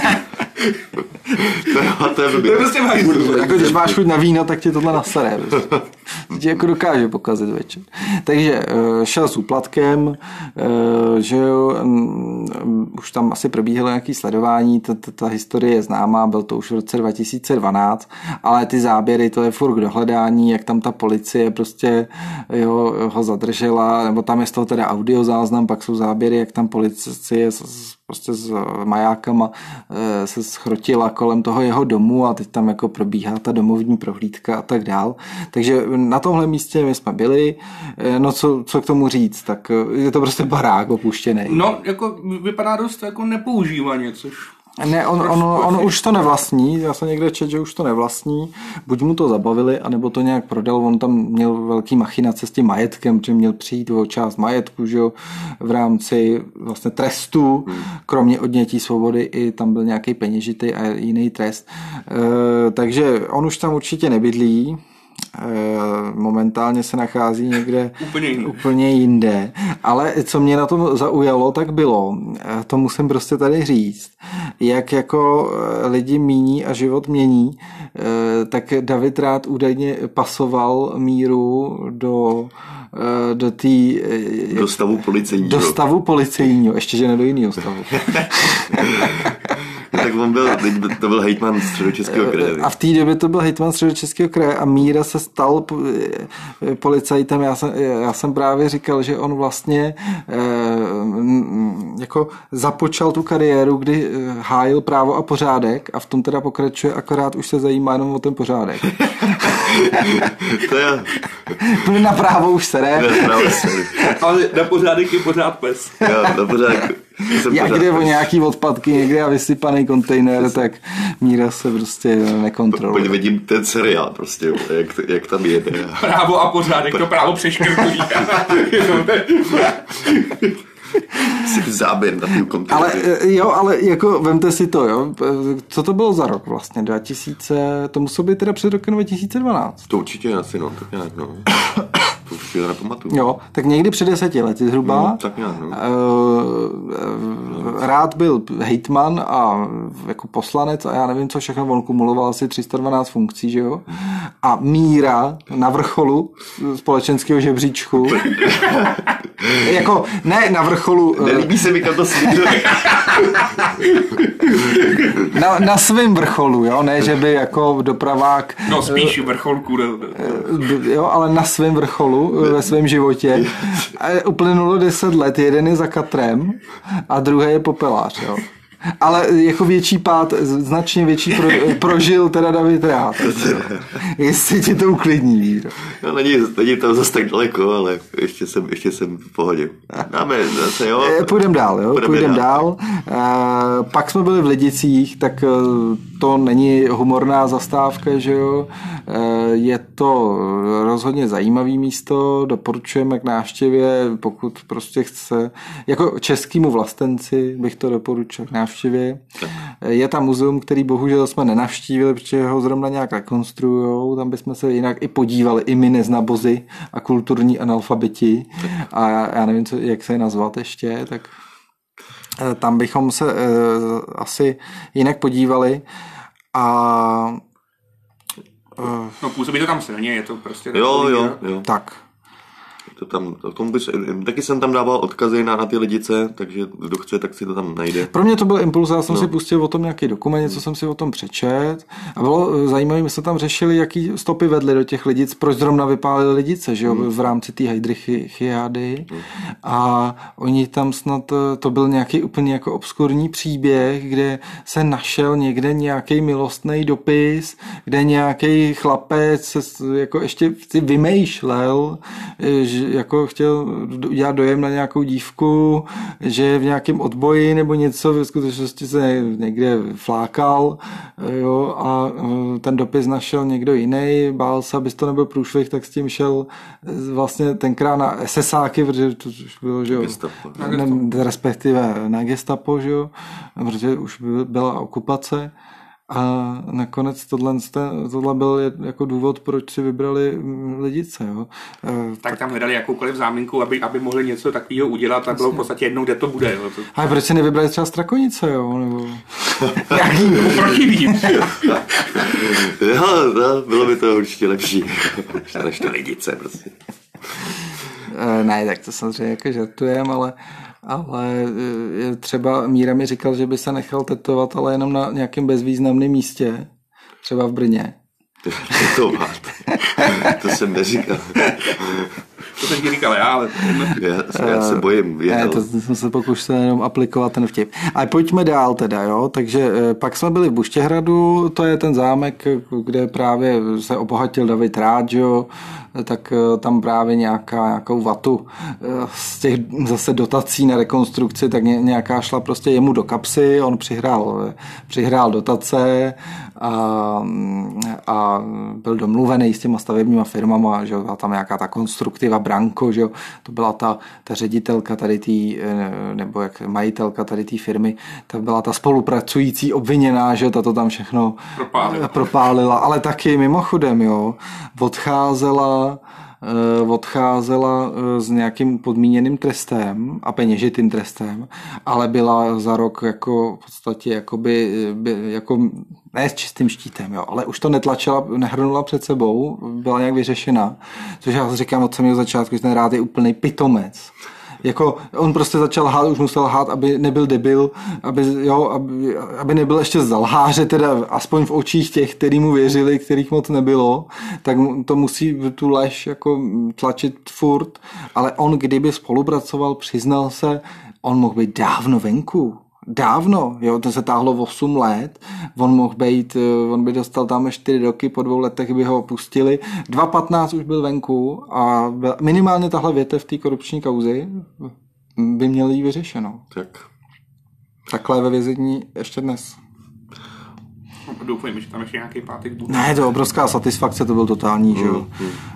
To je prostě jako když máš chuť na víno, tak tě tohle nasere. To ti jako dokáže pokazit večer. Takže šel s úplatkem, že jo, už tam asi probíhalo nějaké sledování, ta historie je známá, byl to už v roce 2012, ale ty záběry, to je furt k dohledání, jak tam ta policie prostě ho zadržela, nebo tam je z toho teda audiozáznam, pak jsou záběry, jak tam policie prostě s majákama se schrotila kolem toho jeho domu a teď tam jako probíhá ta domovní prohlídka a tak dál. Takže na tomhle místě my jsme byli, no co k tomu říct, tak je to prostě barák opuštěný. No, jako vypadá dost jako nepoužívaně, což... Ne, on už to nevlastní, já jsem někde četl, že už to nevlastní, buď mu to zabavili, anebo to nějak prodal, on tam měl velký machinace s tím majetkem, že měl přijít o část majetku, že jo, v rámci vlastně trestu, kromě odnětí svobody, i tam byl nějaký peněžitý a jiný trest. Takže on už tam určitě nebydlí, momentálně se nachází někde úplně jinde. Ale co mě na tom zaujalo, tak bylo, to musím prostě tady říct, jak jako lidi míní a život mění, tak David Rath údajně pasoval Míru do stavu policejního, ještě že ne do jiného stavu. Tak to byl hejtman Středočeského kraje. A v té době to byl hejtman Středočeského kraje a Míra se stal policajtem. Já jsem právě říkal, že on vlastně jako započal tu kariéru, kdy hájil právo a pořádek a v tom teda pokračuje, akorát už se zajímá jenom o ten pořádek. To je... Na právo už se ne. Ale na pořádek je pořád pes. Jo, na pořádek. Jak jde o nějaký odpadky někde a vysypaný kontejner, tak Míra se prostě nekontroluje. Pojď vidím ten seriál prostě, jak tam jede. Právo a pořádek, to právo přeškrtulí. Záběr na tu kontejner. Ale jako vemte si to, jo. Co to bylo za rok vlastně? 2000, to muselo být teda před rokem 2012. To určitě asi, no, tak nějak, no. To určitě nepamatuju. Jo, tak někdy před 10 lety zhruba. Tak nějak, no. Rath byl hejtman a jako poslanec a já nevím, co všechno, on kumuloval asi 312 funkcí, že jo? A Míra na vrcholu společenského žebříčku. Jako, ne na vrcholu. Nelíbí se mi, kam to směřuje. Na svém vrcholu, jo, ne, že by jako dopravák... No spíš vrcholku. Jo, ale na svém vrcholu ve svém životě. Uplynulo 10 let, jeden je za katrem a druhý je popelář, jo. Ale jako větší pád, značně větší prožil teda David Rath. Jestli ti to uklidní. No, není to zase tak daleko, ale ještě jsem v pohodě. Dáme zase, jo. Půjdeme dál, jo. Půjdeme dál. Pak jsme byli v Lidicích, tak to není humorná zastávka, že jo. Je to rozhodně zajímavý místo, doporučujeme k návštěvě, pokud prostě chce, jako českému vlastenci bych to doporučil k návštěvě. Je tam muzeum, který bohužel jsme nenavštívili, protože ho zrovna nějak rekonstruujou, tam bychom se jinak i podívali, i my neznabozy a kulturní analfabeti a já nevím, jak se je nazvat ještě, tak tam bychom se asi jinak podívali a no působí to tam silně, je to prostě... Jo. Tak. Taky jsem tam dával odkazy na ty Lidice, takže kdo chce, tak si to tam najde. Pro mě to byl impuls, já jsem si pustil o tom nějaký dokument, něco jsem si o tom přečet a bylo zajímavé, my jsme tam řešili, jaký stopy vedly do těch Lidic, proč zrovna vypálili Lidice, že jo, v rámci té hydrychiády a oni tam snad, to byl nějaký úplně jako obskurní příběh, kde se našel někde nějaký milostný dopis, kde nějaký chlapec se jako ještě vymýšlel, že jako chtěl dělat dojem na nějakou dívku, že je v nějakém odboji nebo něco, v skutečnosti se někde flákal, jo, a ten dopis našel někdo jiný, bál se, abys to nebyl průšvih, tak s tím šel vlastně tenkrát na SSáky, protože to už bylo, že jo, respektive na gestapo, že jo, protože už byla okupace. A nakonec tohle byl jako důvod, proč si vybrali Lidice. Jo. Tak tam hledali jakoukoliv záminku, aby mohli něco takového udělat a bylo v podstatě jednou, kde to bude. Jo. A proč si nevybrali třeba Strakonice? Jo? Nebo... Protivím. Jo, bylo by to určitě lepší než to Lidice. Prostě. Ne, tak to samozřejmě jako žartujem, ale třeba Míra mi říkal, že by se nechal tetovat, ale jenom na nějakém bezvýznamném místě, třeba v Brně. Tetovat? To jsem neříkal. To jsem ti říkal já, ale... Já se bojím. Ne, to jsem se pokusil jenom aplikovat ten vtip. Ale pojďme dál teda, jo. Takže pak jsme byli v Buštěhradu, to je ten zámek, kde právě se obohatil David Rád, jo. Tak tam právě nějakou vatu z těch zase dotací na rekonstrukci, tak nějaká šla prostě jemu do kapsy, on přihrál dotace a byl domluvený s těma stavebníma firmama, že a tam nějaká ta konstruktiva Branko, že to byla ta ředitelka tady nebo jak majitelka tady té firmy, ta byla ta spolupracující obviněná, že ta to tam propálila, ale taky mimochodem, jo, odcházela s nějakým podmíněným trestem a peněžitým trestem, ale byla za rok jako v podstatě jako ne s čistým štítem, jo, ale už to netlačila, nehrnula před sebou, byla nějak vyřešena, což já říkám od samého začátku, že ten Rád je úplný pitomec. Jako on prostě začal lhát, už musel lhát, aby nebyl debil, aby nebyl ještě zalháře, teda aspoň v očích těch, který mu věřili, kterých moc nebylo, tak to musí tu lež jako tlačit furt, ale on kdyby spolupracoval, přiznal se, on mohl být dávno venku. Dávno, jo, to se táhlo 8 let, on by dostal tam 4 roky, po 2 letech by ho pustili, 2015 už byl venku a minimálně tahle větev té korupční kauzy by měla jí vyřešeno. Takhle ve vězení ještě dnes. Doufujeme, že tam ještě nějaký pátek bude. Ne, to je obrovská satisfakce, to byl totální, že jo.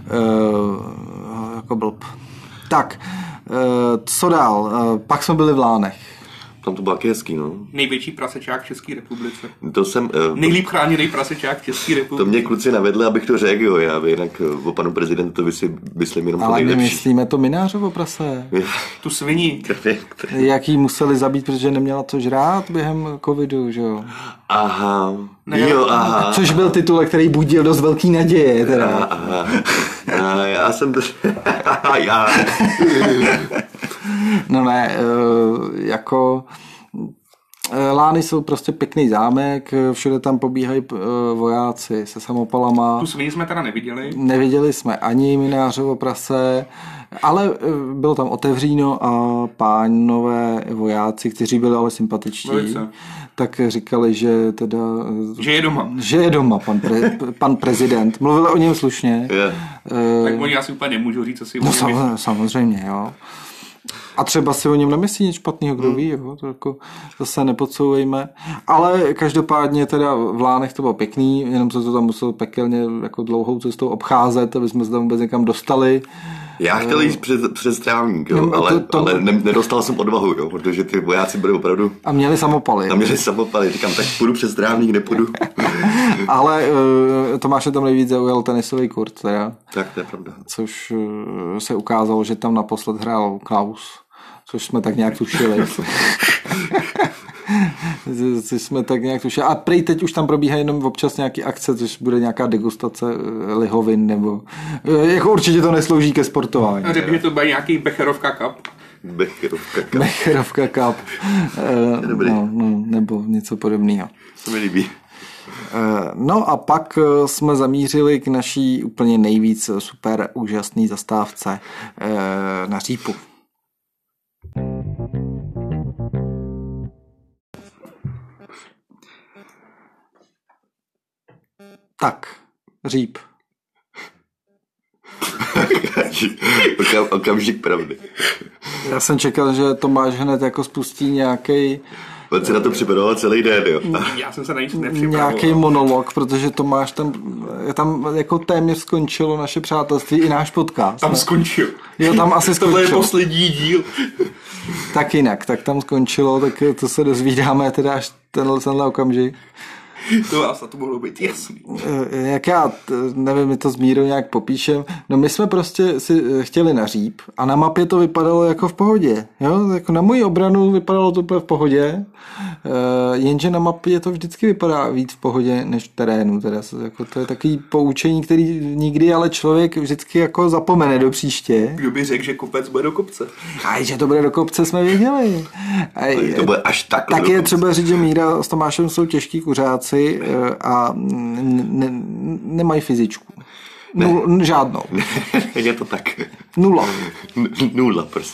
Jako blb. Tak, co dál? Pak jsme byli v Lánech. Tam to bylo taky hezký, no. Největší prasečák v České republice. To jsem... Nejlíp chráněný prasečák v České republice. To mě kluci navedli, abych to řekl, jo. Já by jinak o panu prezidentovi si myslím jenom to nejlepší. Ale my myslíme to Minářovo prase. Tu svini. Jaký museli zabít, protože neměla co žrát během covidu, že jo. Aha. Aha. Což byl titul, který budil dost velký naděje, teda. Aha. Já jsem to... Já. No ne, jako Lány jsou prostě pěkný zámek, všude tam pobíhají vojáci se samopalama. Tu svini jsme teda neviděli. Neviděli jsme ani Minářovo prase, ale bylo tam otevříno a pánové vojáci, kteří byli ale sympatičtí, tak říkali, že teda... Že je doma. Že je doma, pan prezident. Mluvili o něm slušně. Yeah. Tak oni asi úplně nemůžou říct, co si samozřejmě, jo. A třeba si o něm nemyslí nic špatného, kdo ví, jo? To jako zase nepodsouvejme. Ale každopádně teda v Lánech to bylo pěkný, jenom se to tam muselo pekelně jako dlouhou cestou obcházet, aby jsme se tam vůbec někam dostali. Já chtěl jít přes trávník, jo, ale nedostal jsem odvahu, jo, protože ty vojáci byli opravdu... A měli samopaly. Říkám, tak půjdu přes trávník, nepůjdu. Ale Tomáše tam nejvíc zaujal tenisový kurt, teda. Tak, to je pravda. Což se ukázalo, že tam naposled hrál Klaus, což jsme tak nějak tušili. A prej teď už tam probíhá jenom občas nějaký akce, což bude nějaká degustace lihovin, nebo jako určitě to neslouží ke sportování. A že to bude nějaký Becherovka Cup. Becherovka Cup. Nebo něco podobného. To mi líbí. No a pak jsme zamířili k naší úplně nejvíc super úžasný zastávce na Řípu. Tak, Říp. Okamžik pravdy. Já jsem čekal, že Tomáš hned jako spustí nějaký. On se na to připravoval celý den, jo. Já jsem se na nic nepřipravoval. Nějaký monolog, protože Tomáš tam jako téměř skončilo naše přátelství i náš podcast. Tam skončil. Jo, tam asi skončil. Tohle je poslední díl. Tak jinak, tak tam skončilo, tak to se dozvídáme teda až tenhle okamžik. To vás na to mohlo být jasný. Jak já, nevím, my to s Mírou nějak popíšem, no my jsme prostě si chtěli na Říp a na mapě to vypadalo jako v pohodě, jo, jako na moji obranu vypadalo to úplně v pohodě, jenže na mapě to vždycky vypadá víc v pohodě než v terénu, teda jako to je takový poučení, který nikdy ale člověk vždycky jako zapomene do příště. Kdo by řekl, že kopec bude do kopce? A že to bude do kopce, jsme věděli. To bude až takhle. Tak je třeba říct, že Míra s Tomášem jsou těžký kuřáci a nemají fyzičku. Žádnou. Je to tak. Nula prostě.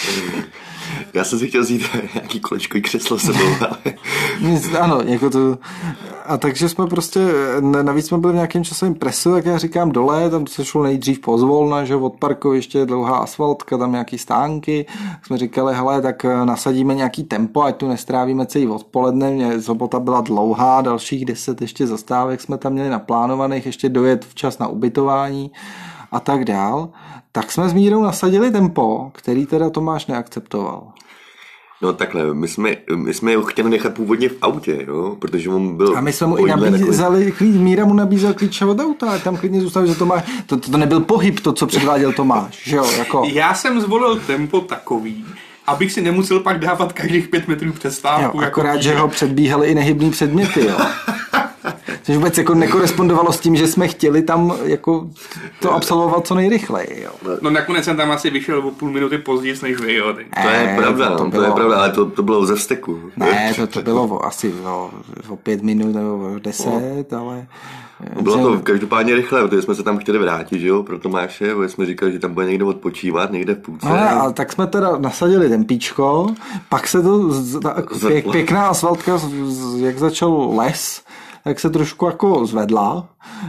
Já jsem si chtěl vzít nějaký kolečkový křeslo sebou, ale... Ano, jako to... A takže jsme prostě, navíc jsme byli v nějakém časovém presu, tak já říkám dole, tam se šlo nejdřív pozvolna, že od parkoviště dlouhá asfaltka, tam nějaký stánky, jsme říkali, hele, tak nasadíme nějaký tempo, ať tu nestrávíme celý odpoledne, sobota byla dlouhá, dalších 10 ještě zastávek jsme tam měli naplánovaných, ještě dojet včas na ubytování a tak dál. Tak jsme s Mírou nasadili tempo, který teda Tomáš neakceptoval. No takhle, my jsme ho chtěli nechat původně v autě, jo, protože on byl... A my jsme mu i nabízeli, Míra mu nabízel klíče od auta, tam klidně zůstal, že Tomáš, to nebyl pohyb, to, co předváděl Tomáš, že jo, jako... Já jsem zvolil tempo takový, abych si nemusel pak dávat každých 5 metrů přestávku. Jo, akorát, že ho předbíhaly i nehybný předměty, jo. Což vůbec jako nekorespondovalo s tím, že jsme chtěli tam jako to absolvovat co nejrychleji, jo. No nakonec jsem tam asi vyšel o půl minuty později než vy, jo. To je pravda, to je pravda, ale to bylo ze vzteku. Ne, to bylo asi o 5 minut nebo o 10, ale... Bylo to každopádně rychle, protože jsme se tam chtěli vrátit, že jo, pro Tomáše, protože jsme říkali, že tam bude někde odpočívat, někde v půlce. No, ale tak jsme teda nasadili tempíčko, pak se to, pěkná asfaltka, jak začal les, tak se trošku jako zvedla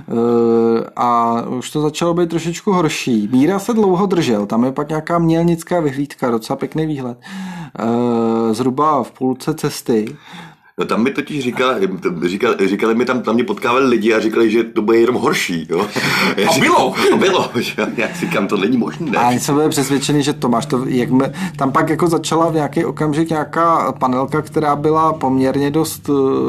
a už to začalo být trošičku horší. Míra se dlouho držel, tam je pak nějaká mělnická vyhlídka, docela pěkný výhled. Zhruba v půlce cesty. No tam mi totiž říkali mi tam mě potkávali lidi a říkali, že to bude jenom horší, jo. Bylo, že já říkám, to není možné. A jsme byli přesvědčeni, že Tomáš to, tam pak jako začala v nějaký okamžik nějaká panelka, která byla poměrně dost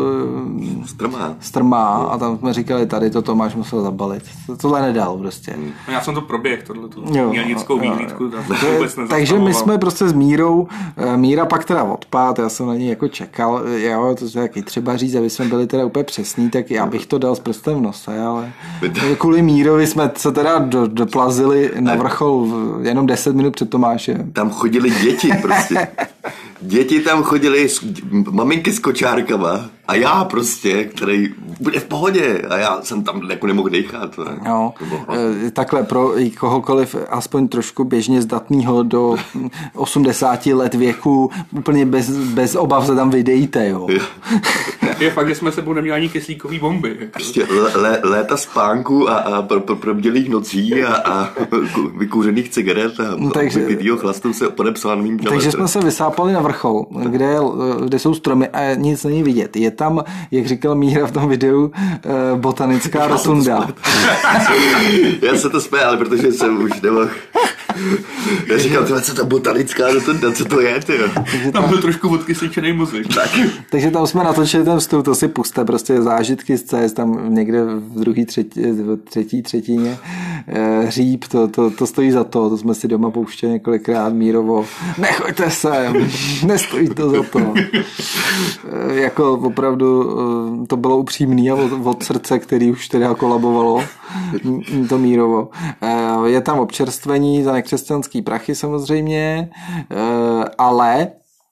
strmá a tam jsme říkali, tady to Tomáš musel zabalit. Tohle nedal prostě. No já jsem to proběh, tohleto mělnickou výhlídku. Takže my jsme prostě s Mírou, Míra pak teda odpad, já jsem na ní jako čekal, jo, to se taky třeba říct, aby jsme byli teda úplně přesní, tak já bych to dal s prstem v nose, ale kvůli Mírovi jsme se teda doplazili na vrchol jenom 10 minut před Tomášem. Tam chodili děti prostě. Děti tam chodili, maminky s kočárkama a já prostě, který bude v pohodě a já jsem tam jako nemohl dejchat. No, takhle pro kohokoliv aspoň trošku běžně zdatného do 80 let věku úplně bez obav se tam vydejte, jo. Je fakt, že jsme sebou neměli ani kyslíkový bomby. Prostě léta spánku a probdělých nocí a vykouřených cigaret a vypitýho chlastu se podepsal novým kilometrem. Takže jsme se vysápali na vrchol, kde jsou stromy a nic není vidět. Je tam, jak říkal Míra v tom videu, botanická rotunda. Já se to směl, protože jsem už nemohl. Já říkal, co ta botanická rotunda, co to je, tyjo? Tam byl trošku odkysličený mozek. Takže tam jsme natočili ten vstup, to si puste, prostě zážitky z CS, tam někde v třetí třetině Říp, to stojí za to jsme si doma pouštěli několikrát Mírovo. Nechoďte sem, nestojí to za to. Jako opravdu to bylo upřímný a od srdce, který už teda kolabovalo to Mírovo. Je tam občerstvení za nekřesťanský prachy samozřejmě, ale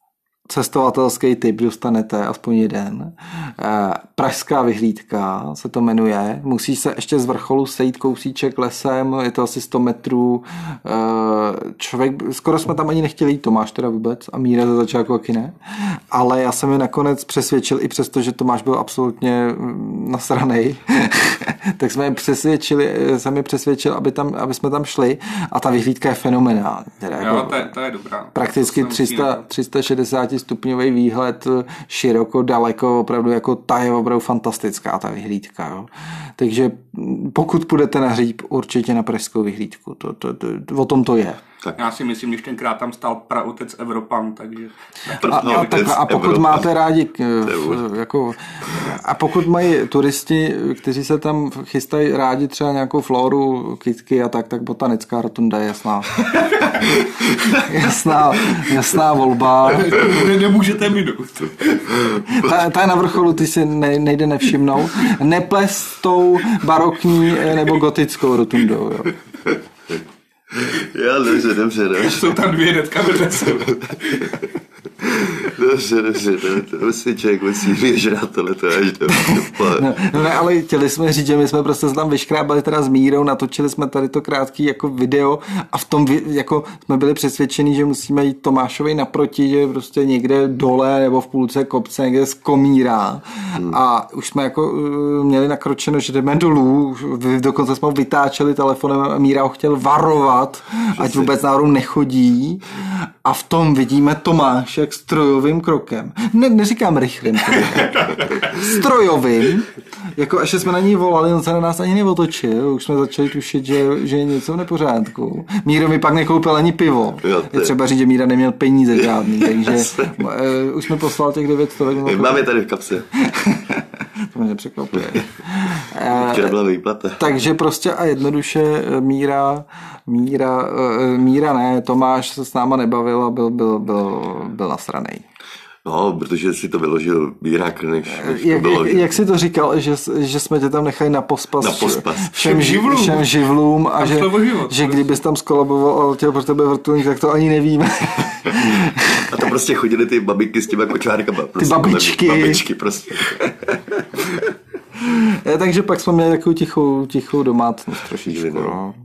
cestovatelský tip dostanete, aspoň jeden. Pražská vyhlídka se to jmenuje. Musí se ještě z vrcholu sejít kousíček lesem, je to asi 100 metrů. Skoro jsme tam ani nechtěli jít, Tomáš teda vůbec a Míra ze začátku taky ne. Ale já jsem je nakonec přesvědčil, i přesto, že Tomáš byl absolutně nasranej, tak jsem je přesvědčil, aby jsme tam šli a ta vyhlídka je fenomenální. Teda jo, to je dobrá. Prakticky 360 stupňový výhled, široko, daleko, opravdu jako ta je opravdu fantastická ta vyhlídka. Jo. Takže pokud půjdete na hříb, určitě na pražskou vyhlídku. O tom to je. Tak. Já si myslím, že tenkrát tam stál praotec Evropan, takže... A pokud máte rádi, a pokud mají turisti, kteří se tam chystají rádi třeba nějakou floru, kytky a tak botanická rotunda je jasná volba. Nemůžete minout. Ta je na vrcholu, ty si nejde nevšimnout. Neples s tou barokní nebo gotickou rotundou, jo. Já dobře. Jsou tam dvě hnedka vedle sebe. Dobře, to si člověk musí vyžrat tohleto až do ne, ale chtěli jsme říct, že my jsme prostě se tam vyškrábali teda s Mírou, natočili jsme tady to krátký jako video a v tom jako jsme byli přesvědčeni, že musíme jít Tomášovi naproti, že prostě někde dole nebo v půlce kopce někde z komíra a už jsme jako měli nakročeno, že jdeme dolů, dokonce jsme ho vytáčeli telefonem a Míra ho chtěl varovat, ať vůbec náhodou nechodí a v tom vidíme Tomáše jak strojovým krokem. Neříkám rychlým krokem. Strojovým. Jako až jsme na něj volali, on se na nás ani neotočil. Už jsme začali tušit, že je něco v nepořádku. Míro mi pak nekoupil ani pivo. Je třeba říct, že Míra neměl peníze žádný, takže už jsme poslal těch 900. Máme tady v kapse. To mě nepřekvapuje. Včera byla výplata. Takže prostě a jednoduše Míra ne, Tomáš se s náma nebavil a byl nasranej. No, protože si to vyložil Mírák, než jak jsi to říkal, že jsme tě tam nechali na pospas všem živlům a že kdybys tam skolaboval a chtěl pro tebe vrtulník, tak to ani nevíme. A to prostě chodili ty babinky s těma kočárkama. Prostě, ty babičky prostě. Takže pak jsme měli takovou tichou domácnost trošičku. No.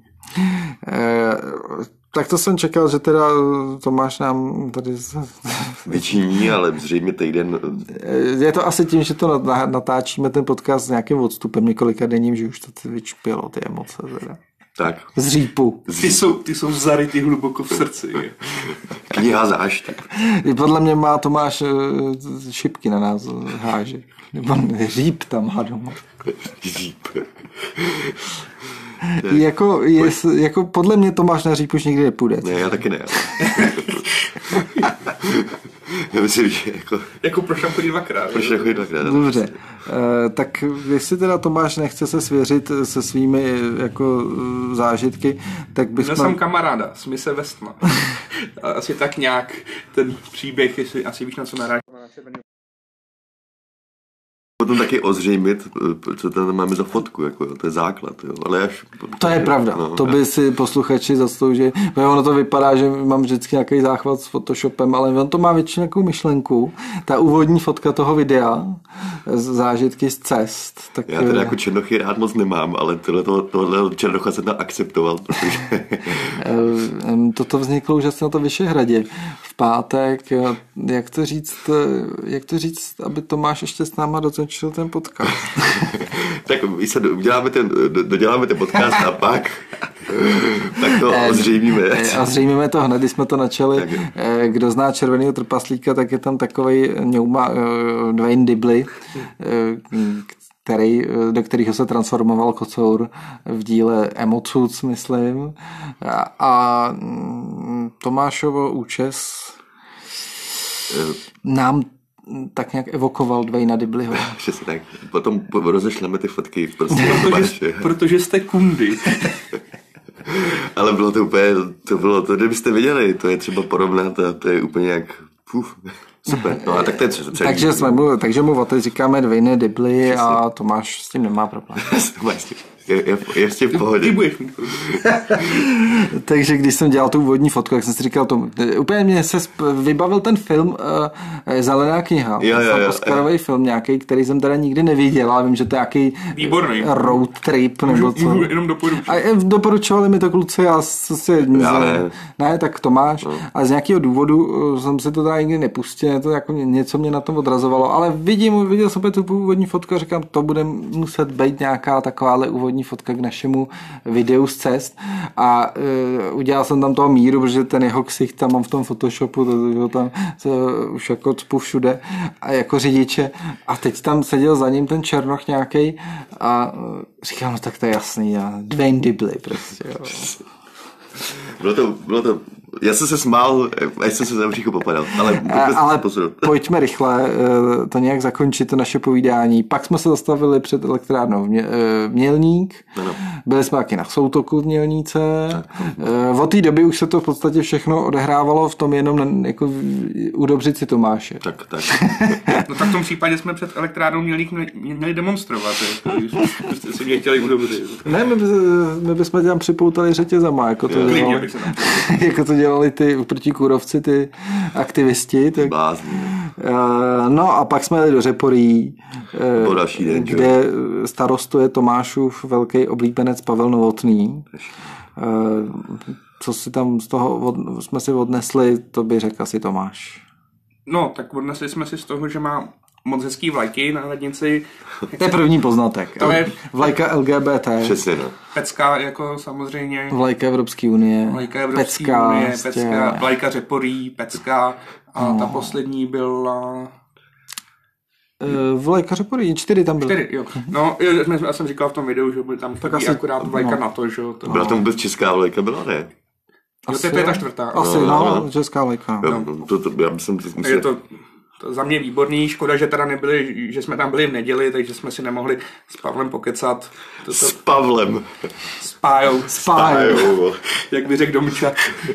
Tak to jsem čekal, že teda Tomáš nám tady... Vyčiní, ale zřejmě týden... Je to asi tím, že to natáčíme ten podcast s nějakým odstupem několika denním, že už to vyčpělo ty emoce. Teda. Tak. Z řípu. Ty jsou zarytý hluboko v srdci. Kniha zášť. Podle mě má Tomáš šipky na nás háže. Nebo říp tam má doma. Říp. Jako podle mě Tomáš na říp už nikdy nepůjde. Ne, já taky ne. Já myslím, že jako prošel chodit dvakrát. Dobře. Tak jestli teda Tomáš nechce se svěřit se svými jako zážitky, tak bychom... Měl jsem kamaráda, Smise Westma. Asi tak nějak ten příběh, jestli asi víš, na co naráží. Potom taky ozřejmit, co tam máme za fotku, jako, to je základ. Jo. Ale až, to je pravda, to by si posluchači zasloužili. Ono to vypadá, že mám vždycky nějaký záchvat s Photoshopem, ale on to má většinou nějakou myšlenku. Ta úvodní fotka toho videa, zážitky z cest. Tak já teda jako černochy rád tohle nemám, ale tohle černocha jsem tam akceptoval, protože... Toto vzniklo už asi na to Vyšehradě. V pátek, jak to říct, aby Tomáš ještě s náma dokončil ten podcast. Tak my se doděláme ten podcast a pak to ozřejmíme. A zřejmíme to hned, když jsme to načali. Tak. Kdo zná Červenýho trpaslíka, tak je tam takovej Dwayne Dibley, do kterého se transformoval kocour v díle Emocuc, myslím. A Tomášovo účes nám tak nějak evokoval Dwayna Dibleyho. Přesně tak. Potom rozešleme ty fotky. Prostě protože jste kundy. Ale bylo to úplně, to kdybyste viděli, to je třeba porovnat a to je úplně jak super. No a tak to je takže mu o teď říkáme Dwayne Dibley a Tomáš s tím nemá problém. Je v pohodě. Takže když jsem dělal tu úvodní fotku, tak jsem si říkal, úplně mě se vybavil ten film Zelená kniha. Oscarový film nějaký, který jsem teda nikdy neviděl, ale vím, že to je nějaký výborný road trip nebo co. Můžu jenom doporučit. A doporučovali mi to kluci a ne, tak Tomáš. No. A z nějakého důvodu jsem si to teda nikdy nepustil, to jako něco mě na tom odrazovalo, ale viděl jsem tu úvodní fotku a říkám, to bude muset být nějaká takováhle úvodní fotka k našemu videu z cest a udělal jsem tam toho Míru, protože ten jeho ksicht tam mám v tom Photoshopu, to tam už jako cpu všude a jako řidiče a teď tam seděl za ním ten Černoch nějakej a říkám, no tak to je jasný, Dwayne Dibley prostě. Jo. Bylo to, já jsem se smál, až jsem se za ušicho popadal, ale pojďme rychle to nějak zakončit, to naše povídání. Pak jsme se zastavili před elektrárnou Mělník, byli jsme taky na Soutoku v Mělníce. Od té doby už se to v podstatě všechno odehrávalo v tom jenom jako udobřit si Tomáše. Tak. No tak v tom případě jsme před elektrárnou Mělník měli demonstrovat, prostě si mě chtěli udobřit. Ne, my bychom tam připoutali řetězama, jako to dělali ty protikůrovci, ty aktivisti. Tak, no a pak jsme jeli do Řeporí, kde starostuje Tomášův velký oblíbenec Pavel Novotný. Co si tam z toho jsme si odnesli, to by řekl asi Tomáš. No, tak odnesli jsme si z toho, že má moc hezký vlajky na radnici. To je první poznatek. Vlajka LGBT. Přesně, no. Pecka, jako samozřejmě. Vlajka Evropské unie. Pecka, vlajka Řeporí, Pecka a ta poslední byla... Vlajka Řeporí, 4 tam byly. 4, jo. No, já jsem říkal v tom videu, že byl tam akurát vlajka na to, že jo. Byla tam vůbec česká vlajka, byla, ne? To je ta čtvrtá. Asi, česká vlajka. Já jsem myslel... Je to za mě výborný, škoda, že teda nebyli, že jsme tam byli v neděli, takže jsme si nemohli s Pavlem pokecat. S Pavlem. S Pájou. Jak by řekl Domča.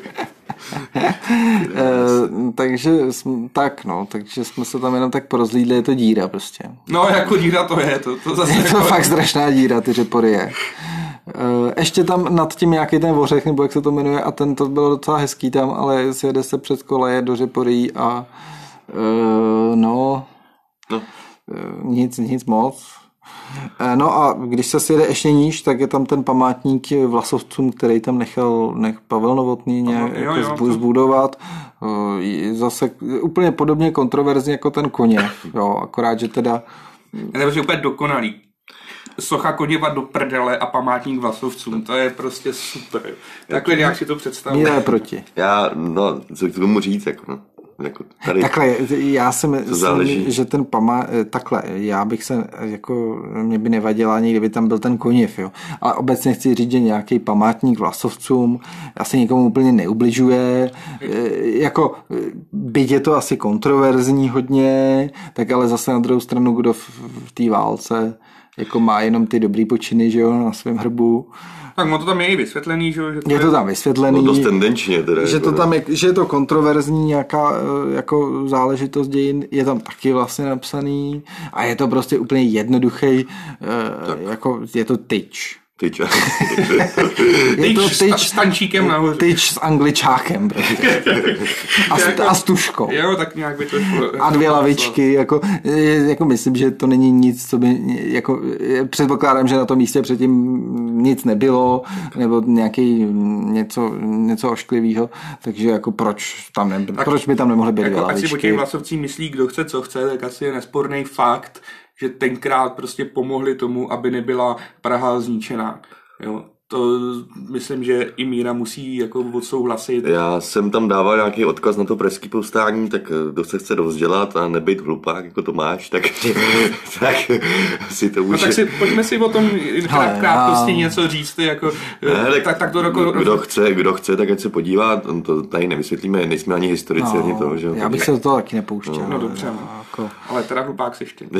takže jsme se tam jenom tak porozlídli, je to díra prostě. No, jako díra to je. To zase je to fakt strašná díra, ty Řepory je. Ještě tam nad tím nějaký ten vořech, nebo jak se to jmenuje, a ten to bylo docela hezký tam, ale sjede se přes koleje do Řeporí a nic moc. No a když se sjede ještě níž, tak je tam ten památník Vlasovcům, který tam nechal Pavel Novotný nějak zbudovat. Zase úplně podobně kontroverzně jako ten Koněv. Jo, akorát, že teda... Je to úplně dokonalý. Socha Koněva do prdele a památník Vlasovcům. To je prostě super. Takhle nějak si to představím. Míra je proti. Co k tomu říct, jako tady. Takhle, já si myslím, že ten takhle, já bych se, jako, mě by nevadilo ani, kdyby tam byl ten Koněv, jo. Ale obecně chci říct, že nějaký památník Vlasovcům asi nikomu úplně neubližuje, jako, byť je to asi kontroverzní hodně, tak ale zase na druhou stranu, kdo v té válce jako má jenom ty dobrý počiny, že jo, na svém hrbu. Tak to tam je i vysvětlený, že je to tam vysvětlený. No dost tendenčně teda. Že to tam je, že je to kontroverzní nějaká jako záležitost dějin, je tam taky vlastně napsaný a je to prostě úplně jednoduchý, jako je to tyč. Tyč. Je to tyč s tančíkem nahoře. Tyč s angličákem. A s tuškou. Jo, tak nějak by to šlo. A 2 lavičky. Jako myslím, že to není nic, co by... Jako, předpokládám, že na tom místě předtím nic nebylo, nebo nějaký něco ošklivého. Takže jako proč by tam nemohly být 2 lavičky? Ať si o těch Vlasovcích myslí, kdo chce, co chce, tak asi je nesporný fakt, že tenkrát prostě pomohli tomu, aby nebyla Praha zničená. Jo. To myslím, že i Míra musí jako odsouhlasit. Já jsem tam dával nějaký odkaz na to pražský povstání, tak kdo se chce dovzdělat a nebejt hlupák jako Tomáš, tak si to může... No tak pojďme si o tom krátkosti něco říct. Jako, tak to kdo chce, tak ať se podívá. To tady nevysvětlíme, nejsme ani historici, ani to. Že? Já bych se do toho taky nepouštěl. No dobře, jako... ale teda hlupák seš ty.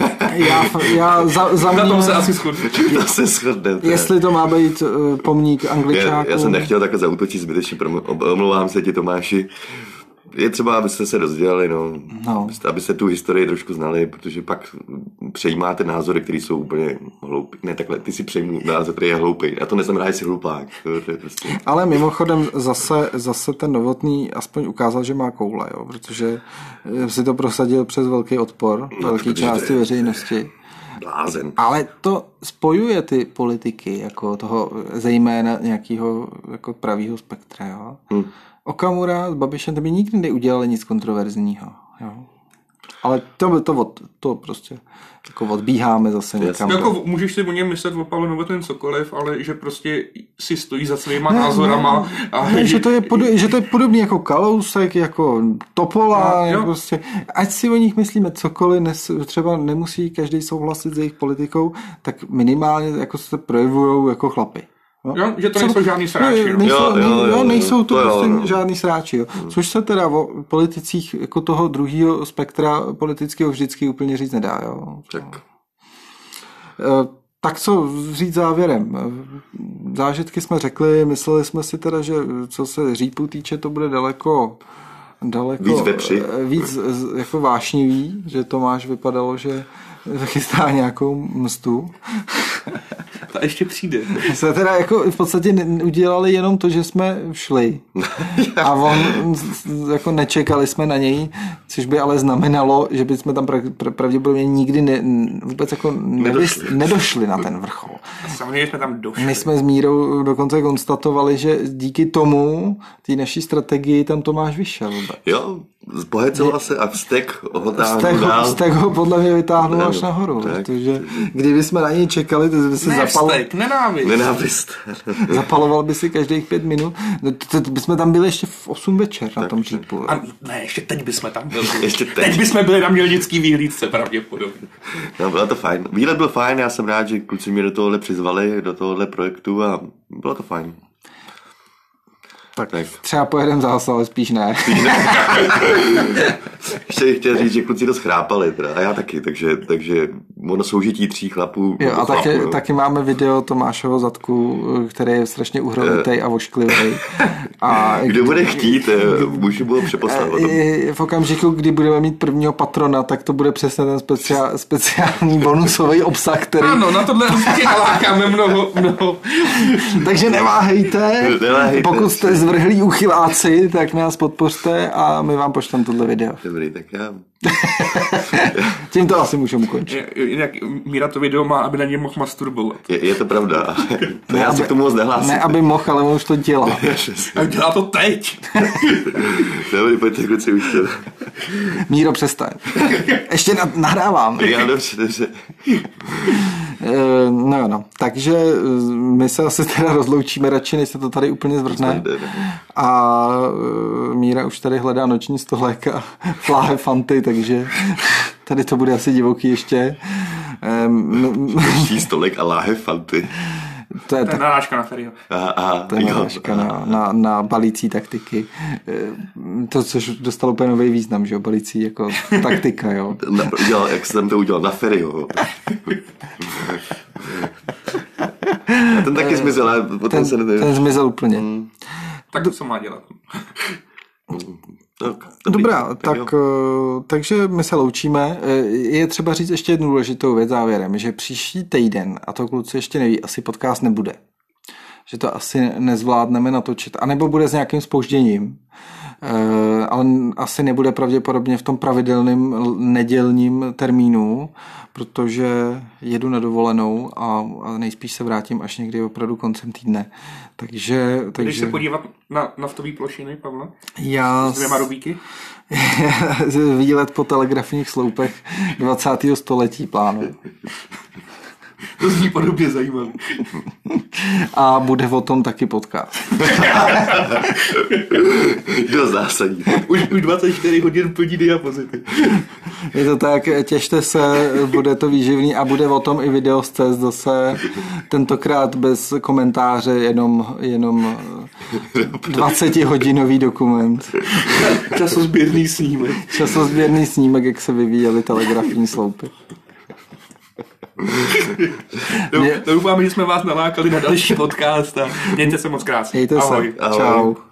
Za mě... Na tom se asi shodne. Jestli to má být pomník Angličáků. Já jsem nechtěl takhle zaútočit zbytečně, omlouvám se ti, Tomáši. Je třeba, abyste se rozdělali, abyste tu historii trošku znali, protože pak přejímáte názory, které jsou úplně hloupý. Ne, takhle, ty si přejmů názor, který je hloupý. A to neznamená, že jsi hlupák. To je prostě... Ale mimochodem zase ten Novotný aspoň ukázal, že má koule, jo, protože si to prosadil přes velký odpor velké části veřejnosti. Blázen. Ale to spojuje ty politiky, jako toho zejména nějakého jako pravýho spektra, jo. Okamura s Babišem to by nikdy neudělali nic kontroverzního, jo. Ale to prostě jako odbíháme zase někam. Jako můžeš si o něm myslet o Pavlu Novotném cokoliv, ale že prostě si stojí za svýma názorama. Že to je podobný jako Kalousek, jako Topola, prostě. Ať si o nich myslíme cokoliv, třeba nemusí každý souhlasit s jejich politikou, tak minimálně jako se projevujou jako chlapy. Jo, že to nejsou žádný sráči. Nejsou to prostě žádný sráči. Jo. Což se teda o politicích jako toho druhého spektra politického vždycky úplně říct nedá. Jo. Tak co říct závěrem? Zážitky jsme řekli, mysleli jsme si teda, že co se řípů týče, to bude daleko víc jako vášnivý, že Tomáš vypadalo, že chystá nějakou mstu. Ta ještě přijde. Se teda jako v podstatě udělali jenom to, že jsme šli. A on jako nečekali jsme na něj, což by ale znamenalo, že bychom tam pravděpodobně nikdy vůbec jako nedošli na ten vrchol. Samozřejmě jsme tam došli. My jsme s Mírou dokonce konstatovali, že díky tomu, té naší strategii, tam Tomáš vyšel. Jo, pohecoval se a vztek ho táhnul dál. Vztek ho podle mě vytáhnul až nahoru. Protože kdyby jsme na něj čekali, to by se nenávist. Zapaloval by si každých 5 minut. Bychom tam byli ještě v 8 večer na tom Jeepu. Ne, ještě teď bychom tam byli. Teď bychom byli na Mělnický výhlídce pravděpodobně. No, bylo to fajn. Výlet byl fajn, já jsem rád, že kluci mě do tohohle přizvali, do tohohle projektu a bylo to fajn. Tak. Třeba pojedem zase, ale spíš ne. Ještě chtěl říct, že kluci dost chrápali, teda, a já taky, takže ono soužití 3 chlapů. Jo, a taky máme video Tomášovo zadku, který je strašně uhrovitej a vošklivý. Kdo bude chtít, můžu bylo přeposlat. V okamžiku, kdy budeme mít prvního patrona, tak to bude přesně ten speciální bonusový obsah, který... Ano, na tohle určitě nalákáme mnoho. Takže neváhejte. Pokud jste zvrhlí uchyláci, tak nás podpořte a my vám pošlem tohle video. Dobrý, tak já. Tím to asi můžeme ukončit. Jinak Míra to video má, aby na něj mohl masturbovat. Je to pravda. Já se k tomu moc nehlásím. Ne, aby mohl, ale on už to dělá. A dělá to teď. Dobrý, pojďte kluci už to. Míro, přestaň. Ještě nahrávám. Já dobře. No. Takže my se asi teda rozloučíme radši, než se to tady úplně zvrhne. A Míra už tady hledá noční stolek a fláhe fanty, takže tady to bude asi divoký ještě. Noční stolek a láhe fanty. To je narážka na Ferryho. To je narážka na balící taktiky. To, což dostalo úplně nový význam, že jo? Balící jako taktika, jo? Jak jsem to udělal na Ferryho. A ten taky zmizel, ale potom se nedá. Ten zmizel úplně. Tak to co má dělat? Dobrá, takže my se loučíme. Je třeba říct ještě jednu důležitou věc závěrem, že příští týden, a to kluci ještě neví, asi podcast nebude. Že to asi nezvládneme natočit. A nebo bude s nějakým zpožděním. Ale asi nebude pravděpodobně v tom pravidelném nedělním termínu, protože jedu na dovolenou a nejspíš se vrátím až někdy opravdu koncem týdne. Takže Když se podívat na naftový plošiny, Pavle? Já... S 2 rubíky? Výlet po telegrafních sloupech 20. století plánu. To zní podobně zajímavé. A bude o tom taky podcast. Do zásadní. Už 24 hodin plní diapozity. Je to tak, těšte se, bude to výživný a bude o tom i video z CES zase, tentokrát bez komentáře, jenom 20-hodinový dokument. Časozběrný snímek, jak se vyvíjely telegrafní sloupy. Doufám, že jsme vás nalákali na další podcast a mějte se moc krásně. Ahoj. Čau.